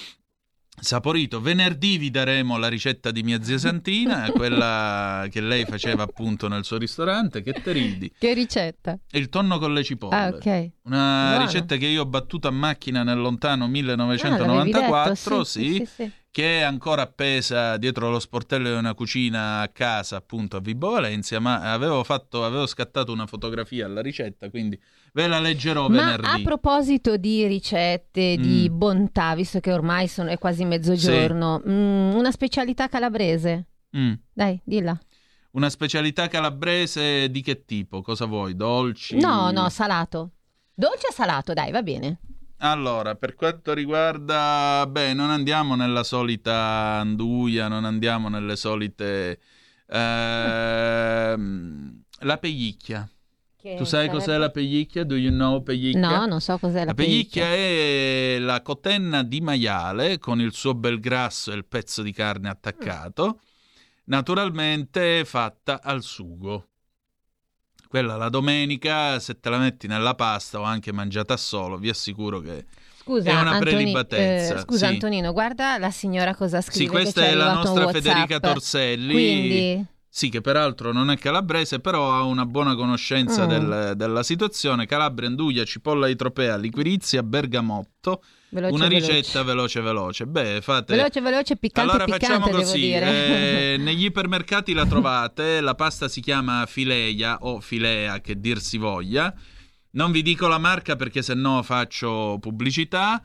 S2: saporito. Venerdì vi daremo la ricetta di mia zia Santina, quella che lei faceva appunto nel suo ristorante. Che te ridi?
S15: Che ricetta?
S2: Il tonno con le cipolle.
S15: Ah, ok.
S2: Una
S15: Buono.
S2: Ricetta che io ho battuto a macchina nel lontano millenovecentonovantaquattro,
S15: ah,
S2: sì,
S15: sì, sì, sì.
S2: che è ancora appesa dietro lo sportello di una cucina a casa appunto a Vibo Valentia, ma avevo fatto avevo scattato una fotografia alla ricetta, quindi ve la leggerò
S15: Ma
S2: venerdì.
S15: a proposito di ricette, di
S2: Mm.
S15: bontà, visto che ormai sono, è quasi mezzogiorno, mm, una specialità calabrese.
S2: Mm.
S15: Dai, dilla.
S2: Una specialità calabrese di che tipo? Cosa vuoi? Dolci?
S15: No, no, salato. Dolce o salato, dai, va bene.
S2: Allora, per quanto riguarda, beh, non andiamo nella solita anduia, non andiamo nelle solite ehm, la pellicchia.
S15: Che
S2: Tu sai
S15: sarebbe?
S2: cos'è la pellicchia? Do you know pellicchia?
S15: No, non so cos'è la,
S2: La pellicchia è la cotenna di maiale con il suo bel grasso e il pezzo di carne attaccato, naturalmente fatta al sugo. quella la domenica, se te la metti nella pasta o anche mangiata solo, vi assicuro che
S15: Scusa,
S2: è una
S15: Antoni-
S2: prelibatezza.
S15: eh, scusa
S2: sì.
S15: Antonino, guarda la signora cosa scrive.
S2: Sì, questa
S15: che ci
S2: è la
S15: arrivato un
S2: nostra
S15: WhatsApp.
S2: Federica Torselli.
S15: Quindi...
S2: Sì, che peraltro non è calabrese, però ha una buona conoscenza
S15: Mm.
S2: del- della situazione. Calabria, Anduglia, cipolla di Tropea, liquirizia, bergamotto.
S15: Veloce,
S2: una
S15: veloce.
S2: ricetta veloce veloce. Beh, fate...
S15: Veloce, veloce, piccante,
S2: allora
S15: piccante,
S2: facciamo
S15: devo
S2: così,
S15: dire.
S2: eh, negli ipermercati la trovate, la pasta si chiama Fileia o Filea, che dir si voglia. Non vi dico la marca perché sennò faccio pubblicità.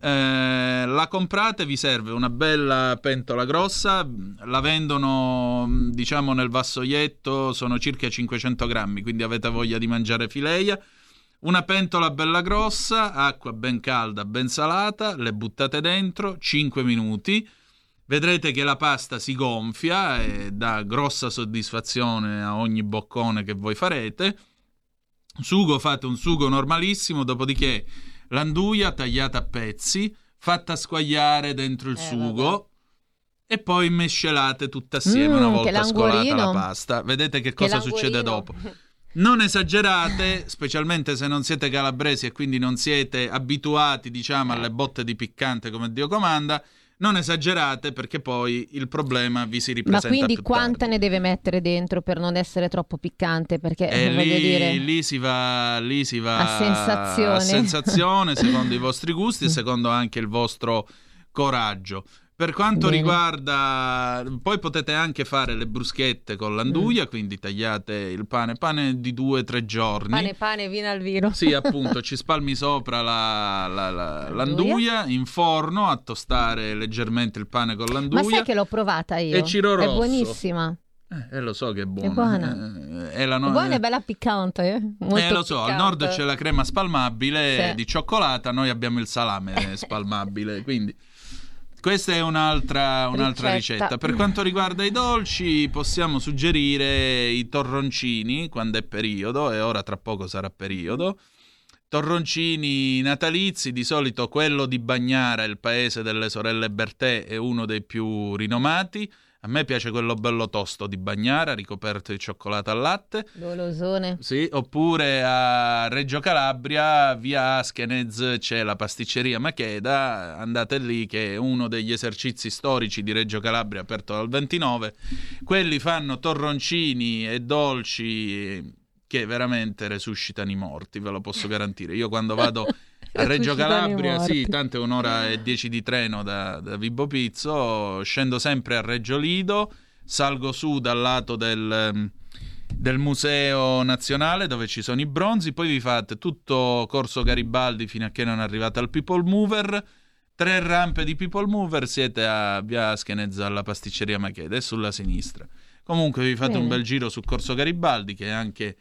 S2: Eh, la comprate, vi serve una bella pentola grossa, la vendono diciamo nel vassoietto, sono circa cinquecento grammi, quindi avete voglia di mangiare Fileia. Una pentola bella grossa, acqua ben calda, ben salata, le buttate dentro, cinque minuti, vedrete che la pasta si gonfia e dà grossa soddisfazione a ogni boccone che voi farete. Sugo, fate un sugo normalissimo, dopodiché l'anduia tagliata a pezzi, fatta squagliare dentro il
S15: Eh,
S2: sugo
S15: vabbè.
S2: e poi mescelate tutte assieme
S15: Mm,
S2: una
S15: che
S2: volta scolata la
S15: languorino.
S2: pasta. Vedete che
S15: Che
S2: cosa
S15: languorino.
S2: succede dopo. Non esagerate, specialmente se non siete calabresi e quindi non siete abituati, diciamo, alle botte di piccante come Dio comanda. Non esagerate perché poi il problema vi si
S15: Ma
S2: ripresenta
S15: quindi
S2: più
S15: quanta ne deve mettere dentro per non essere troppo piccante? Perché
S2: E
S15: voglio
S2: lì,
S15: dire...
S2: lì si va, lì si va
S15: A sensazione.
S2: a sensazione, secondo i vostri gusti e secondo anche il vostro coraggio. Per quanto
S15: Bene.
S2: riguarda, poi potete anche fare le bruschette con l'anduia, quindi tagliate il pane, pane di due o tre giorni.
S15: Pane, pane, vino al vino.
S2: Sì, appunto, ci spalmi sopra la, la- la- l'anduia in forno a tostare leggermente il pane con l'anduia.
S15: Ma sai che l'ho provata io?
S2: E Ciro
S15: È
S2: Rosso.
S15: buonissima.
S2: Eh, lo so che è buona.
S15: È buona.
S2: Eh, è la
S15: È
S2: no-
S15: buona e bella piccante. Eh, Molto
S2: eh, lo so, al
S15: piccante.
S2: nord c'è la crema spalmabile
S15: Sì.
S2: di cioccolata, noi abbiamo il salame spalmabile, quindi questa è un'altra, un'altra
S15: Ricetta.
S2: ricetta. Per quanto riguarda i dolci, possiamo suggerire i torroncini quando è periodo, e ora tra poco sarà periodo. Torroncini natalizi, di solito quello di Bagnara, il paese delle sorelle Bertè, è uno dei più rinomati. A me piace quello bello tosto di Bagnara, ricoperto di cioccolato al latte.
S15: Golosone.
S2: Sì, oppure a Reggio Calabria, via Aschenez, c'è la pasticceria Macheda, andate lì che è uno degli esercizi storici di Reggio Calabria aperto dal ventinove. Quelli fanno torroncini e dolci che veramente resuscitano i morti, ve lo posso garantire. Io quando vado a Reggio
S15: Resuscitano i
S2: Calabria,
S15: morti.
S2: sì, tanto è un'ora e dieci di treno da, da Vibo Pizzo, scendo sempre a Reggio Lido, salgo su dal lato del, del Museo Nazionale dove ci sono i bronzi, poi vi fate tutto Corso Garibaldi fino a che non arrivate al People Mover, tre rampe di People Mover, siete a via Aschenezza alla pasticceria Macheda e sulla sinistra. Comunque vi fate
S15: Bene.
S2: un bel giro su Corso Garibaldi, che è anche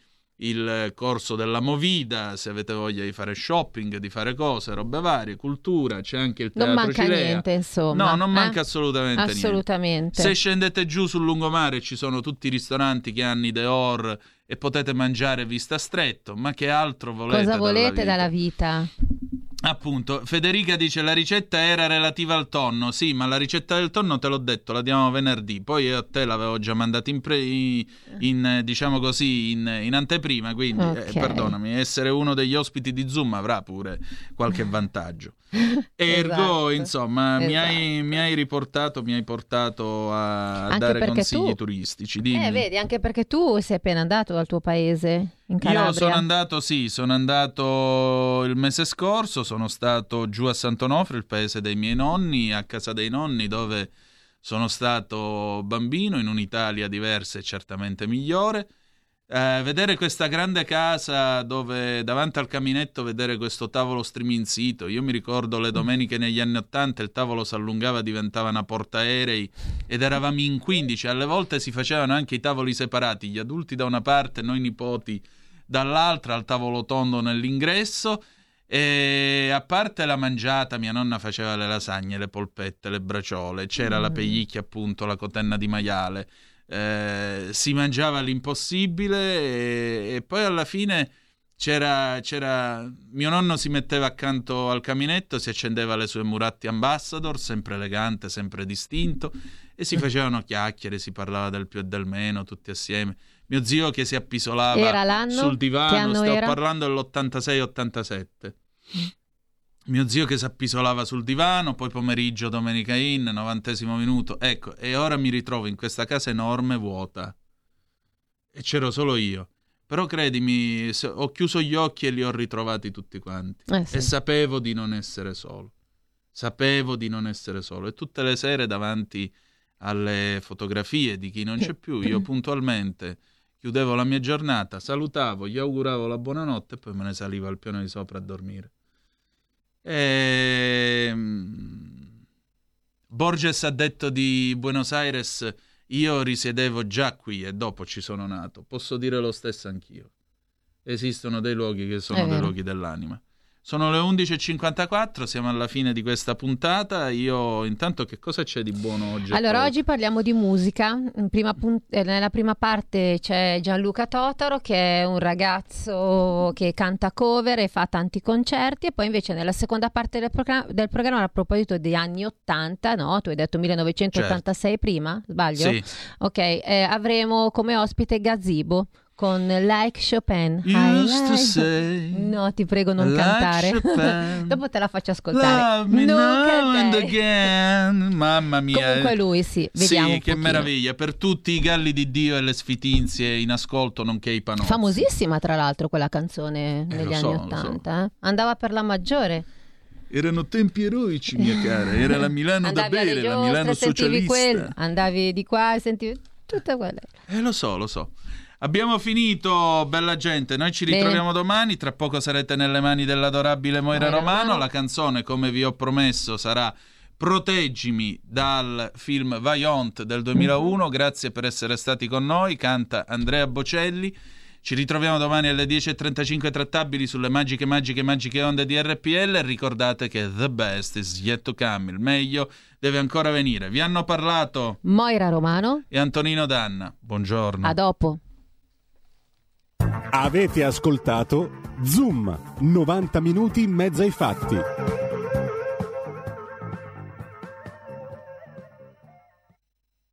S2: il corso della Movida, se avete voglia di fare shopping, di fare cose, robe varie, cultura, c'è anche il
S15: Non
S2: teatro
S15: manca
S2: Cilea.
S15: niente, insomma.
S2: No, non
S15: eh?
S2: manca assolutamente niente.
S15: Assolutamente.
S2: Se scendete giù sul lungomare ci sono tutti i ristoranti che hanno i Dehors e potete mangiare vista stretto, ma che altro volete
S15: Cosa volete
S2: dalla
S15: dalla
S2: vita?
S15: vita?
S2: Appunto, Federica dice la ricetta era relativa al tonno. Sì, ma la ricetta del tonno te l'ho detto, la diamo venerdì. Poi io a te l'avevo già mandata in, pre- in eh, diciamo così, in, in anteprima, quindi
S15: Ok.
S2: eh, perdonami, essere uno degli ospiti di Zoom avrà pure qualche vantaggio. Ergo,
S15: Esatto.
S2: insomma, mi,
S15: Esatto.
S2: hai, mi hai riportato, mi hai portato a, a
S15: Anche
S2: dare
S15: perché
S2: consigli
S15: tu-
S2: turistici. Dimmi.
S15: Eh, vedi, anche perché tu sei appena andato dal tuo paese, in Calabria.
S2: Io sono andato, sì, sono andato il mese scorso, sono stato giù a Sant'Onofre, il paese dei miei nonni, a casa dei nonni, dove sono stato bambino, in un'Italia diversa e certamente migliore. Eh, vedere questa grande casa dove davanti al caminetto vedere questo tavolo striminzito, io mi ricordo le domeniche negli anni Ottanta il tavolo si allungava, diventava una portaerei ed eravamo in quindici, alle volte si facevano anche i tavoli separati, gli adulti da una parte, noi nipoti dall'altra, al tavolo tondo nell'ingresso. E a parte la mangiata, mia nonna faceva le lasagne, le polpette, le braciole, c'era
S15: Mm.
S2: la pellicchia, appunto, la cotenna di maiale. Eh, si mangiava l'impossibile e, e poi alla fine c'era, c'era mio nonno si metteva accanto al caminetto, si accendeva le sue Muratti Ambassador, sempre elegante, sempre distinto, e si facevano chiacchiere, si parlava del più e del meno tutti assieme. Mio zio che si appisolava
S15: Era l'anno?
S2: sul divano,
S15: Che anno
S2: sto
S15: era?
S2: parlando dell'ottantasei ottantasette. Mio zio che si appisolava sul divano, poi pomeriggio Domenica In, novantesimo minuto, ecco, e ora mi ritrovo in questa casa enorme vuota e c'ero solo io. Però credimi, se- ho chiuso gli occhi e li ho ritrovati tutti quanti.
S15: Eh sì.
S2: E sapevo di non essere solo. Sapevo di non essere solo. E tutte le sere davanti alle fotografie di chi non c'è più, io puntualmente chiudevo la mia giornata, salutavo, gli auguravo la buonanotte e poi me ne salivo al piano di sopra a dormire. E... Borges ha detto di Buenos Aires: io risiedevo già qui e dopo ci sono nato. Posso dire lo stesso anch'io. Esistono dei luoghi che sono
S15: È
S2: dei
S15: vero.
S2: luoghi dell'anima. Sono le undici e cinquantaquattro, siamo alla fine di questa puntata. Io intanto che cosa c'è di buono oggi?
S15: Allora,
S2: Poi?
S15: oggi parliamo di musica. In prima pun- eh, nella prima parte c'è Gianluca Totaro, che è un ragazzo che canta cover e fa tanti concerti, e poi invece nella seconda parte del, progra- del programma, a proposito degli anni ottanta, no? Tu hai detto millenovecentottantasei prima? Sbaglio?
S2: Sì.
S15: Ok, eh, avremo come ospite Gazebo con Like Chopin. I
S2: Used to
S15: like-
S2: say,
S15: No, ti prego non
S2: like
S15: cantare.
S2: Chopin.
S15: Dopo te la faccio ascoltare.
S2: Love me
S15: Non
S2: now and
S15: cantare.
S2: again. Mamma mia.
S15: Comunque lui, sì, vediamo
S2: Sì,
S15: un
S2: che
S15: pochino.
S2: meraviglia. Per tutti i galli di Dio e le sfitinzie in ascolto, nonché i panozzi.
S15: Famosissima tra l'altro quella canzone negli
S2: lo
S15: anni
S2: so, lo
S15: ottanta, eh? Andava per la maggiore.
S2: Erano tempi eroici, mia cara. Era la Milano
S15: Andavi
S2: da bere,
S15: alle
S2: la
S15: giostre,
S2: Milano
S15: sentivi
S2: socialista.
S15: quello, andavi di qua e sentivi tutte quelle.
S2: Eh, lo so, lo so. Abbiamo finito, bella gente. Noi ci
S15: Bene.
S2: ritroviamo domani. Tra poco sarete nelle mani dell'adorabile Moira
S15: Moira
S2: Romano.
S15: Romano.
S2: La canzone, come vi ho promesso, sarà Proteggimi dal film Vaillant del duemilauno. Grazie per essere stati con noi. Canta Andrea Bocelli. Ci ritroviamo domani alle dieci e trentacinque trattabili sulle magiche, magiche, magiche onde di R P L. Ricordate che the best is yet to come. Il meglio deve ancora venire. Vi hanno parlato
S15: Moira Romano,
S2: e Antonino Danna. Buongiorno.
S15: a dopo.
S1: Avete ascoltato Zoom, novanta minuti in mezzo ai fatti.